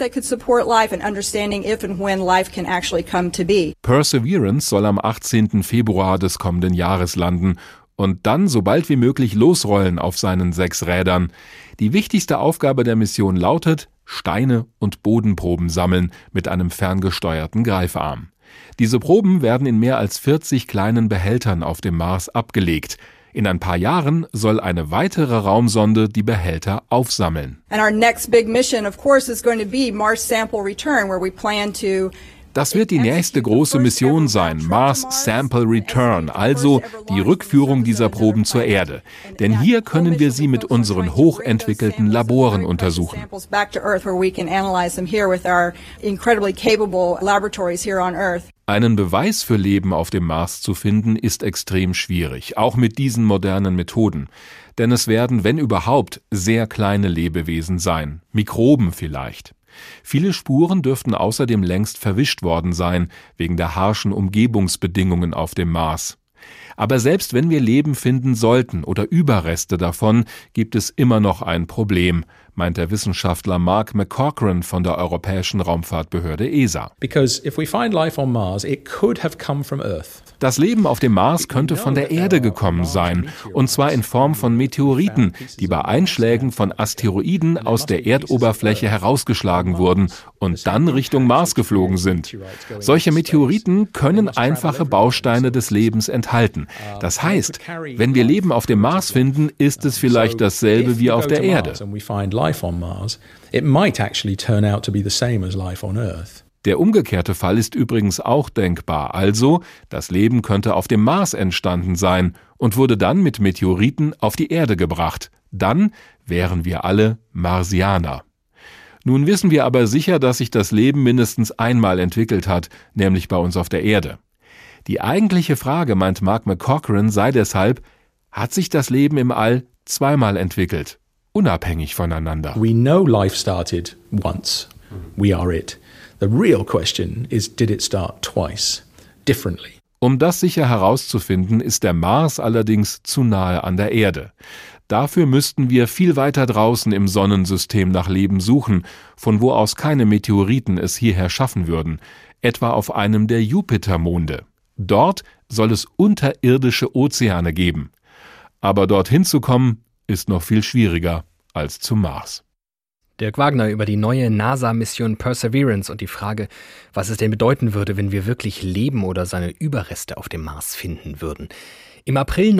Perseverance soll am 18. Februar des kommenden Jahres landen und dann so bald wie möglich losrollen auf seinen 6 Rädern. Die wichtigste Aufgabe der Mission lautet, Steine und Bodenproben sammeln mit einem ferngesteuerten Greifarm. Diese Proben werden in mehr als 40 kleinen Behältern auf dem Mars abgelegt. In ein paar Jahren soll eine weitere Raumsonde die Behälter aufsammeln. And our next big mission, of course, is going to be Mars Sample Return, where we plan to Das wird die nächste große Mission sein, Mars Sample Return, also die Rückführung dieser Proben zur Erde. Denn hier können wir sie mit unseren hochentwickelten Laboren untersuchen. Einen Beweis für Leben auf dem Mars zu finden, ist extrem schwierig, auch mit diesen modernen Methoden. Denn es werden, wenn überhaupt, sehr kleine Lebewesen sein, Mikroben vielleicht. Viele Spuren dürften außerdem längst verwischt worden sein, wegen der harschen Umgebungsbedingungen auf dem Mars. Aber selbst wenn wir Leben finden sollten oder Überreste davon, gibt es immer noch ein Problem, meint der Wissenschaftler Mark McCaughrean von der Europäischen Raumfahrtbehörde ESA. Because if we find life on Mars, it could have come from Earth. Das Leben auf dem Mars könnte von der Erde gekommen sein, und zwar in Form von Meteoriten, die bei Einschlägen von Asteroiden aus der Erdoberfläche herausgeschlagen wurden und dann Richtung Mars geflogen sind. Solche Meteoriten können einfache Bausteine des Lebens enthalten. Das heißt, wenn wir Leben auf dem Mars finden, ist es vielleicht dasselbe wie auf der Erde. Der umgekehrte Fall ist übrigens auch denkbar, also das Leben könnte auf dem Mars entstanden sein und wurde dann mit Meteoriten auf die Erde gebracht. Dann wären wir alle Marsianer. Nun wissen wir aber sicher, dass sich das Leben mindestens einmal entwickelt hat, nämlich bei uns auf der Erde. Die eigentliche Frage, meint Mark McCaughrean, sei deshalb, hat sich das Leben im All zweimal entwickelt, unabhängig voneinander? We know life started once. We are it. The real question is, did it start twice, differently? Um das sicher herauszufinden, ist der Mars allerdings zu nahe an der Erde. Dafür müssten wir viel weiter draußen im Sonnensystem nach Leben suchen, von wo aus keine Meteoriten es hierher schaffen würden, etwa auf einem der Jupitermonde. Dort soll es unterirdische Ozeane geben. Aber dorthin zu kommen, ist noch viel schwieriger als zum Mars. Dirk Wagner über die neue NASA-Mission Perseverance und die Frage, was es denn bedeuten würde, wenn wir wirklich Leben oder seine Überreste auf dem Mars finden würden. Im April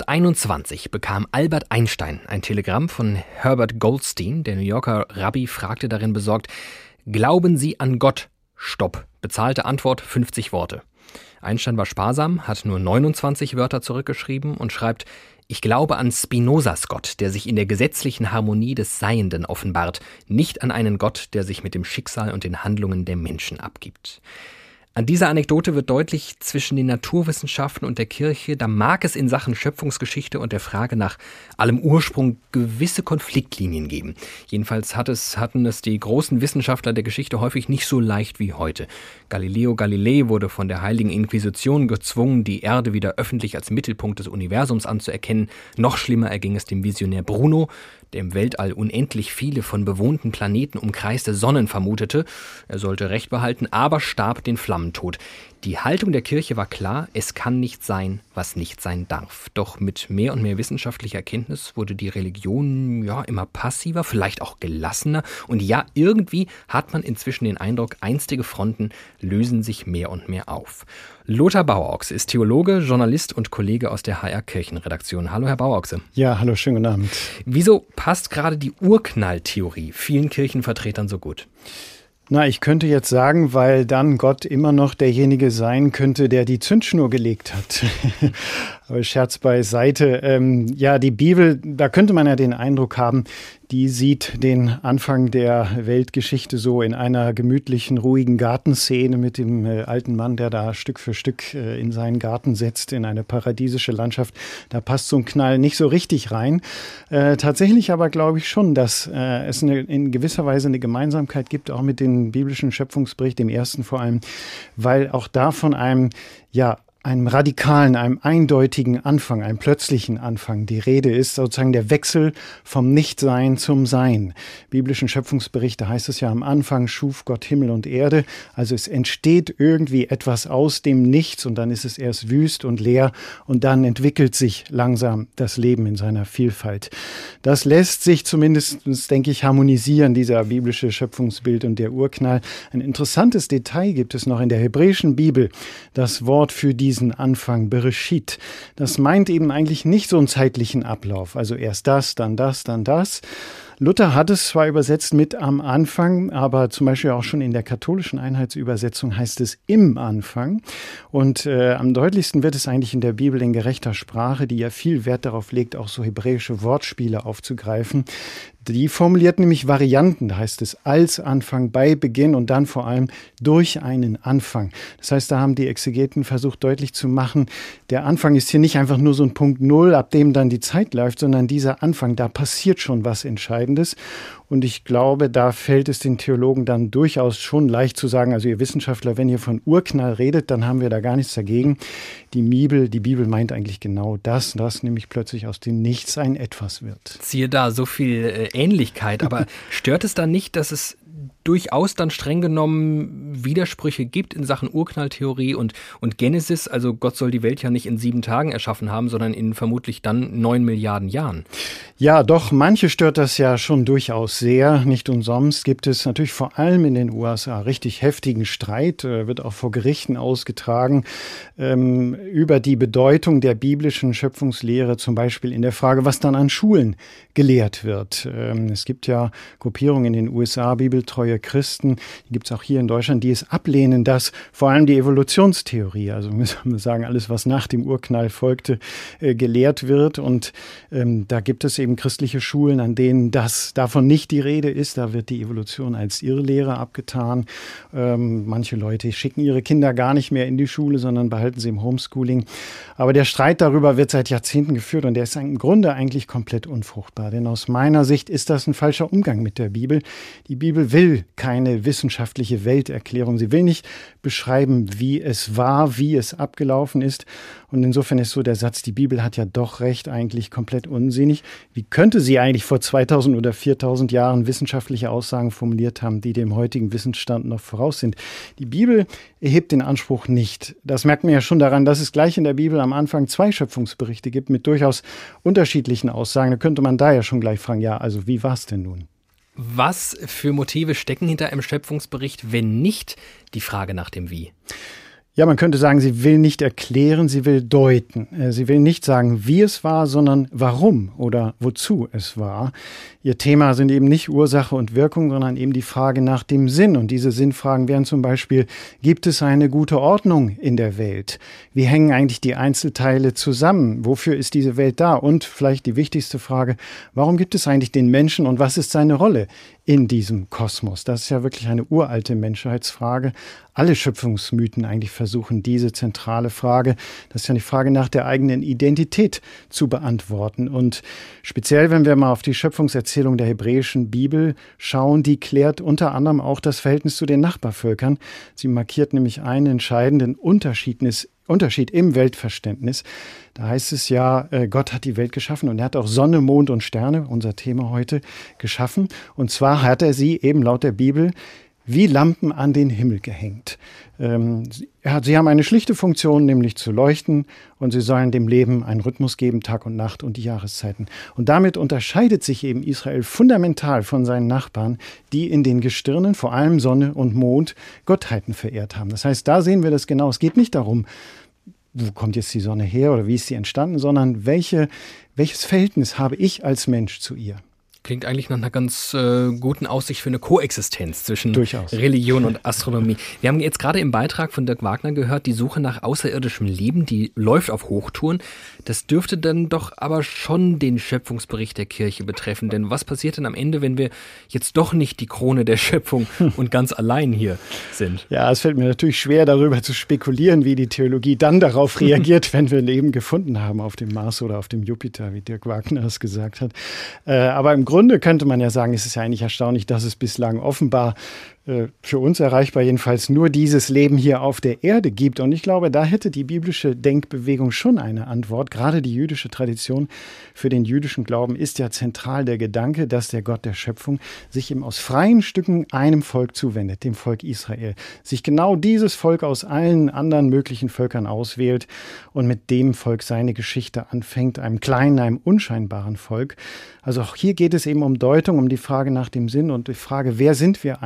1921 bekam Albert Einstein ein Telegramm von Herbert Goldstein. Der New Yorker Rabbi fragte darin besorgt: Glauben Sie an Gott? Stopp. Bezahlte Antwort 50 Worte. Einstein war sparsam, hat nur 29 Wörter zurückgeschrieben und schreibt: Ich glaube an Spinozas Gott, der sich in der gesetzlichen Harmonie des Seienden offenbart, nicht an einen Gott, der sich mit dem Schicksal und den Handlungen der Menschen abgibt. An dieser Anekdote wird deutlich, zwischen den Naturwissenschaften und der Kirche, da mag es in Sachen Schöpfungsgeschichte und der Frage nach allem Ursprung gewisse Konfliktlinien geben. Jedenfalls hatten es die großen Wissenschaftler der Geschichte häufig nicht so leicht wie heute. Galileo Galilei wurde von der Heiligen Inquisition gezwungen, die Erde wieder öffentlich als Mittelpunkt des Universums anzuerkennen. Noch schlimmer erging es dem Visionär Bruno, der im Weltall unendlich viele von bewohnten Planeten umkreiste Sonnen vermutete. Er sollte Recht behalten, aber starb den Flammentod. Die Haltung der Kirche war klar: Es kann nicht sein, was nicht sein darf. Doch mit mehr und mehr wissenschaftlicher Erkenntnis wurde die Religion immer passiver, vielleicht auch gelassener. Und ja, irgendwie hat man inzwischen den Eindruck, einstige Fronten lösen sich mehr und mehr auf. Lothar Bauerchse ist Theologe, Journalist und Kollege aus der HR Kirchenredaktion. Hallo, Herr Bauerchse. Ja, hallo, schönen guten Abend. Wieso passt gerade die Urknalltheorie vielen Kirchenvertretern so gut? Na, ich könnte jetzt sagen, weil dann Gott immer noch derjenige sein könnte, der die Zündschnur gelegt hat. Aber Scherz beiseite. Die Bibel, da könnte man ja den Eindruck haben, die sieht den Anfang der Weltgeschichte so in einer gemütlichen, ruhigen Gartenszene mit dem alten Mann, der da Stück für Stück in seinen Garten setzt, in eine paradiesische Landschaft. Da passt so ein Knall nicht so richtig rein. Tatsächlich aber glaube ich schon, dass es in gewisser Weise eine Gemeinsamkeit gibt, auch mit dem biblischen Schöpfungsbericht, dem ersten vor allem, weil auch da von einem radikalen, einem eindeutigen Anfang, einem plötzlichen Anfang die Rede ist, sozusagen der Wechsel vom Nichtsein zum Sein. Biblischen Schöpfungsberichte heißt es ja, am Anfang schuf Gott Himmel und Erde. Also es entsteht irgendwie etwas aus dem Nichts und dann ist es erst wüst und leer und dann entwickelt sich langsam das Leben in seiner Vielfalt. Das lässt sich zumindest, denke ich, harmonisieren, dieser biblische Schöpfungsbild und der Urknall. Ein interessantes Detail gibt es noch in der hebräischen Bibel. Das Wort für diese diesen Anfang Bereshit. Das meint eben eigentlich nicht so einen zeitlichen Ablauf, also erst das, dann das, dann das. Luther hat es zwar übersetzt mit am Anfang, aber zum Beispiel auch schon in der katholischen Einheitsübersetzung heißt es im Anfang. Und am deutlichsten wird es eigentlich in der Bibel in gerechter Sprache, die ja viel Wert darauf legt, auch so hebräische Wortspiele aufzugreifen. Die formuliert nämlich Varianten, da heißt es als Anfang, bei Beginn und dann vor allem durch einen Anfang. Das heißt, da haben die Exegeten versucht deutlich zu machen, der Anfang ist hier nicht einfach nur so ein Punkt Null, ab dem dann die Zeit läuft, sondern dieser Anfang, da passiert schon was Entscheidendes. Und ich glaube, da fällt es den Theologen dann durchaus schon leicht zu sagen, also ihr Wissenschaftler, wenn ihr von Urknall redet, dann haben wir da gar nichts dagegen. Die Bibel meint eigentlich genau das, dass nämlich plötzlich aus dem Nichts ein Etwas wird. Siehe da, so viel Ähnlichkeit, aber stört es dann nicht, dass es durchaus dann streng genommen Widersprüche gibt in Sachen Urknalltheorie und Genesis? Also Gott soll die Welt ja nicht in 7 Tagen erschaffen haben, sondern in vermutlich dann 9 Milliarden Jahren. Ja, doch, manche stört das ja schon durchaus sehr. Nicht umsonst gibt es natürlich vor allem in den USA richtig heftigen Streit, wird auch vor Gerichten ausgetragen, über die Bedeutung der biblischen Schöpfungslehre, zum Beispiel in der Frage, was dann an Schulen gelehrt wird. Es gibt ja Gruppierungen in den USA, bibeltreue Christen, die gibt es auch hier in Deutschland, die es ablehnen, dass vor allem die Evolutionstheorie, also müssen wir sagen, alles, was nach dem Urknall folgte, gelehrt wird. Und da gibt es eben christliche Schulen, an denen davon nicht die Rede ist. Da wird die Evolution als Irrlehre abgetan. Manche Leute schicken ihre Kinder gar nicht mehr in die Schule, sondern behalten sie im Homeschooling. Aber der Streit darüber wird seit Jahrzehnten geführt und der ist im Grunde eigentlich komplett unfruchtbar. Denn aus meiner Sicht ist das ein falscher Umgang mit der Bibel. Die Bibel will keine wissenschaftliche Welterklärung. Sie will nicht beschreiben, wie es war, wie es abgelaufen ist. Und insofern ist so der Satz, die Bibel hat ja doch recht, eigentlich komplett unsinnig. Wie könnte sie eigentlich vor 2000 oder 4000 Jahren wissenschaftliche Aussagen formuliert haben, die dem heutigen Wissensstand noch voraus sind? Die Bibel erhebt den Anspruch nicht. Das merkt man ja schon daran, dass es gleich in der Bibel am Anfang 2 Schöpfungsberichte gibt mit durchaus unterschiedlichen Aussagen. Da könnte man da ja schon gleich fragen, ja, also wie war es denn nun? Was für Motive stecken hinter einem Schöpfungsbericht, wenn nicht die Frage nach dem Wie? Ja, man könnte sagen, sie will nicht erklären, sie will deuten. Sie will nicht sagen, wie es war, sondern warum oder wozu es war. Ihr Thema sind eben nicht Ursache und Wirkung, sondern eben die Frage nach dem Sinn. Und diese Sinnfragen wären zum Beispiel, gibt es eine gute Ordnung in der Welt? Wie hängen eigentlich die Einzelteile zusammen? Wofür ist diese Welt da? Und vielleicht die wichtigste Frage, warum gibt es eigentlich den Menschen und was ist seine Rolle in diesem Kosmos? Das ist ja wirklich eine uralte Menschheitsfrage. Alle Schöpfungsmythen eigentlich versuchen diese zentrale Frage, das ist ja die Frage nach der eigenen Identität zu beantworten. Und speziell, wenn wir mal auf die Schöpfungserzählung der hebräischen Bibel schauen, die klärt unter anderem auch das Verhältnis zu den Nachbarvölkern. Sie markiert nämlich einen entscheidenden Unterschied im Weltverständnis. Da heißt es ja, Gott hat die Welt geschaffen und er hat auch Sonne, Mond und Sterne, unser Thema heute, geschaffen. Und zwar hat er sie eben laut der Bibel wie Lampen an den Himmel gehängt. Sie haben eine schlichte Funktion, nämlich zu leuchten, und sie sollen dem Leben einen Rhythmus geben, Tag und Nacht und die Jahreszeiten. Und damit unterscheidet sich eben Israel fundamental von seinen Nachbarn, die in den Gestirnen, vor allem Sonne und Mond, Gottheiten verehrt haben. Das heißt, da sehen wir das genau. Es geht nicht darum, wo kommt jetzt die Sonne her oder wie ist sie entstanden, sondern welches Verhältnis habe ich als Mensch zu ihr? Klingt eigentlich nach einer ganz guten Aussicht für eine Koexistenz zwischen Durchaus. Religion und Astronomie. Wir haben jetzt gerade im Beitrag von Dirk Wagner gehört, die Suche nach außerirdischem Leben, die läuft auf Hochtouren. Das dürfte dann doch aber schon den Schöpfungsbericht der Kirche betreffen. Denn was passiert denn am Ende, wenn wir jetzt doch nicht die Krone der Schöpfung und ganz allein hier sind? Ja, es fällt mir natürlich schwer, darüber zu spekulieren, wie die Theologie dann darauf reagiert, wenn wir Leben gefunden haben auf dem Mars oder auf dem Jupiter, wie Dirk Wagner es gesagt hat. Aber im Grunde könnte man ja sagen, es ist ja eigentlich erstaunlich, dass es bislang offenbar für uns erreichbar jedenfalls nur dieses Leben hier auf der Erde gibt. Und ich glaube, da hätte die biblische Denkbewegung schon eine Antwort. Gerade die jüdische Tradition für den jüdischen Glauben ist ja zentral der Gedanke, dass der Gott der Schöpfung sich eben aus freien Stücken einem Volk zuwendet, dem Volk Israel. Sich genau dieses Volk aus allen anderen möglichen Völkern auswählt und mit dem Volk seine Geschichte anfängt, einem kleinen, einem unscheinbaren Volk. Also auch hier geht es eben um Deutung, um die Frage nach dem Sinn und die Frage, wer sind wir eigentlich in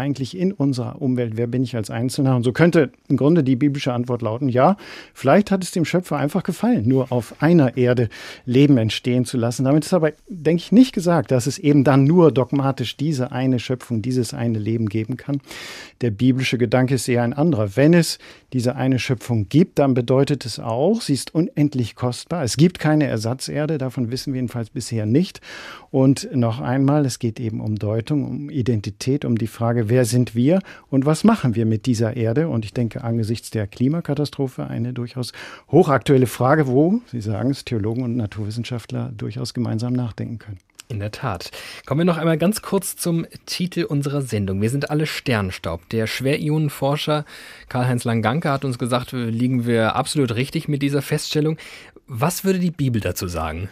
in unserer Umwelt? Wer bin ich als Einzelner? Und so könnte im Grunde die biblische Antwort lauten, ja, vielleicht hat es dem Schöpfer einfach gefallen, nur auf einer Erde Leben entstehen zu lassen. Damit ist aber, denke ich, nicht gesagt, dass es eben dann nur dogmatisch diese eine Schöpfung, dieses eine Leben geben kann. Der biblische Gedanke ist eher ein anderer. Wenn es diese eine Schöpfung gibt, dann bedeutet es auch, sie ist unendlich kostbar. Es gibt keine Ersatzerde, davon wissen wir jedenfalls bisher nicht. Und noch einmal, es geht eben um Deutung, um Identität, um die Frage, wer sind wir und was machen wir mit dieser Erde? Und ich denke, angesichts der Klimakatastrophe eine durchaus hochaktuelle Frage, wo, Sie sagen es, Theologen und Naturwissenschaftler durchaus gemeinsam nachdenken können. In der Tat. Kommen wir noch einmal ganz kurz zum Titel unserer Sendung. Wir sind alle Sternstaub. Der Schwerionenforscher Karl-Heinz Langanke hat uns gesagt, liegen wir absolut richtig mit dieser Feststellung. Was würde die Bibel dazu sagen?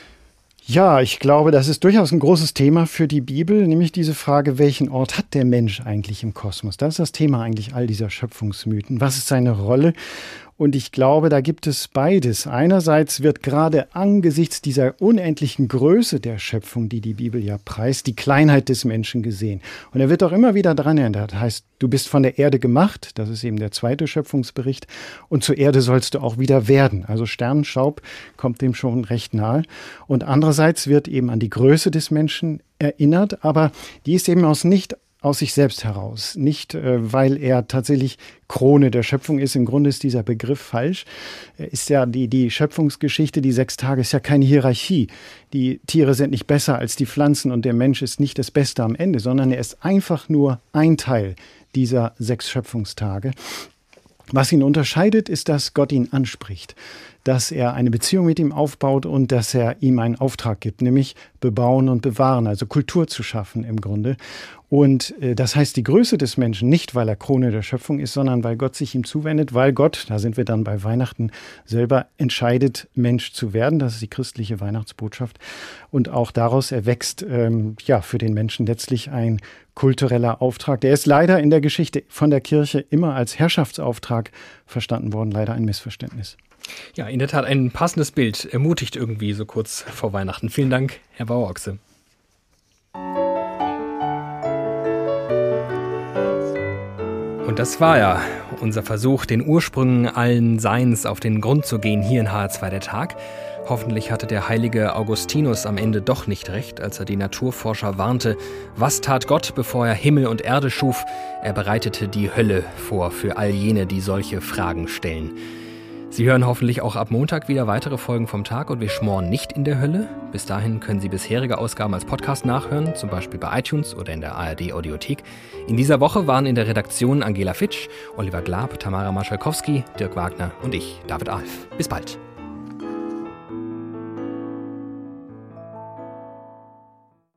Ja, ich glaube, das ist durchaus ein großes Thema für die Bibel, nämlich diese Frage, welchen Ort hat der Mensch eigentlich im Kosmos? Das ist das Thema eigentlich all dieser Schöpfungsmythen. Was ist seine Rolle? Und ich glaube, da gibt es beides. Einerseits wird gerade angesichts dieser unendlichen Größe der Schöpfung, die die Bibel ja preist, die Kleinheit des Menschen gesehen. Und er wird auch immer wieder dran erinnert. Das heißt, du bist von der Erde gemacht, das ist eben der zweite Schöpfungsbericht, und zur Erde sollst du auch wieder werden. Also Sternenstaub kommt dem schon recht nahe. Und andererseits wird eben an die Größe des Menschen erinnert, aber die ist eben nicht aus sich selbst heraus. Nicht, weil er tatsächlich Krone der Schöpfung ist. Im Grunde ist dieser Begriff falsch. Ist ja die Schöpfungsgeschichte, die 6 Tage, ist ja keine Hierarchie. Die Tiere sind nicht besser als die Pflanzen und der Mensch ist nicht das Beste am Ende, sondern er ist einfach nur ein Teil dieser 6 Schöpfungstage. Was ihn unterscheidet, ist, dass Gott ihn anspricht, dass er eine Beziehung mit ihm aufbaut und dass er ihm einen Auftrag gibt, nämlich bebauen und bewahren, also Kultur zu schaffen im Grunde. Und das heißt, die Größe des Menschen, nicht weil er Krone der Schöpfung ist, sondern weil Gott sich ihm zuwendet, weil Gott, da sind wir dann bei Weihnachten, selber entscheidet, Mensch zu werden. Das ist die christliche Weihnachtsbotschaft. Und auch daraus erwächst für den Menschen letztlich ein kultureller Auftrag. Der ist leider in der Geschichte von der Kirche immer als Herrschaftsauftrag verstanden worden. Leider ein Missverständnis. Ja, in der Tat ein passendes Bild. Ermutigt irgendwie so kurz vor Weihnachten. Vielen Dank, Herr Bauer-Ochse. Und das war ja unser Versuch, den Ursprüngen allen Seins auf den Grund zu gehen, hier in HR2 der Tag. Hoffentlich hatte der heilige Augustinus am Ende doch nicht recht, als er die Naturforscher warnte. Was tat Gott, bevor er Himmel und Erde schuf? Er bereitete die Hölle vor für all jene, die solche Fragen stellen. Sie hören hoffentlich auch ab Montag wieder weitere Folgen vom Tag und wir schmoren nicht in der Hölle. Bis dahin können Sie bisherige Ausgaben als Podcast nachhören, zum Beispiel bei iTunes oder in der ARD-Audiothek. In dieser Woche waren in der Redaktion Angela Fitsch, Oliver Glab, Tamara Maschalkowski, Dirk Wagner und ich, David Alf. Bis bald.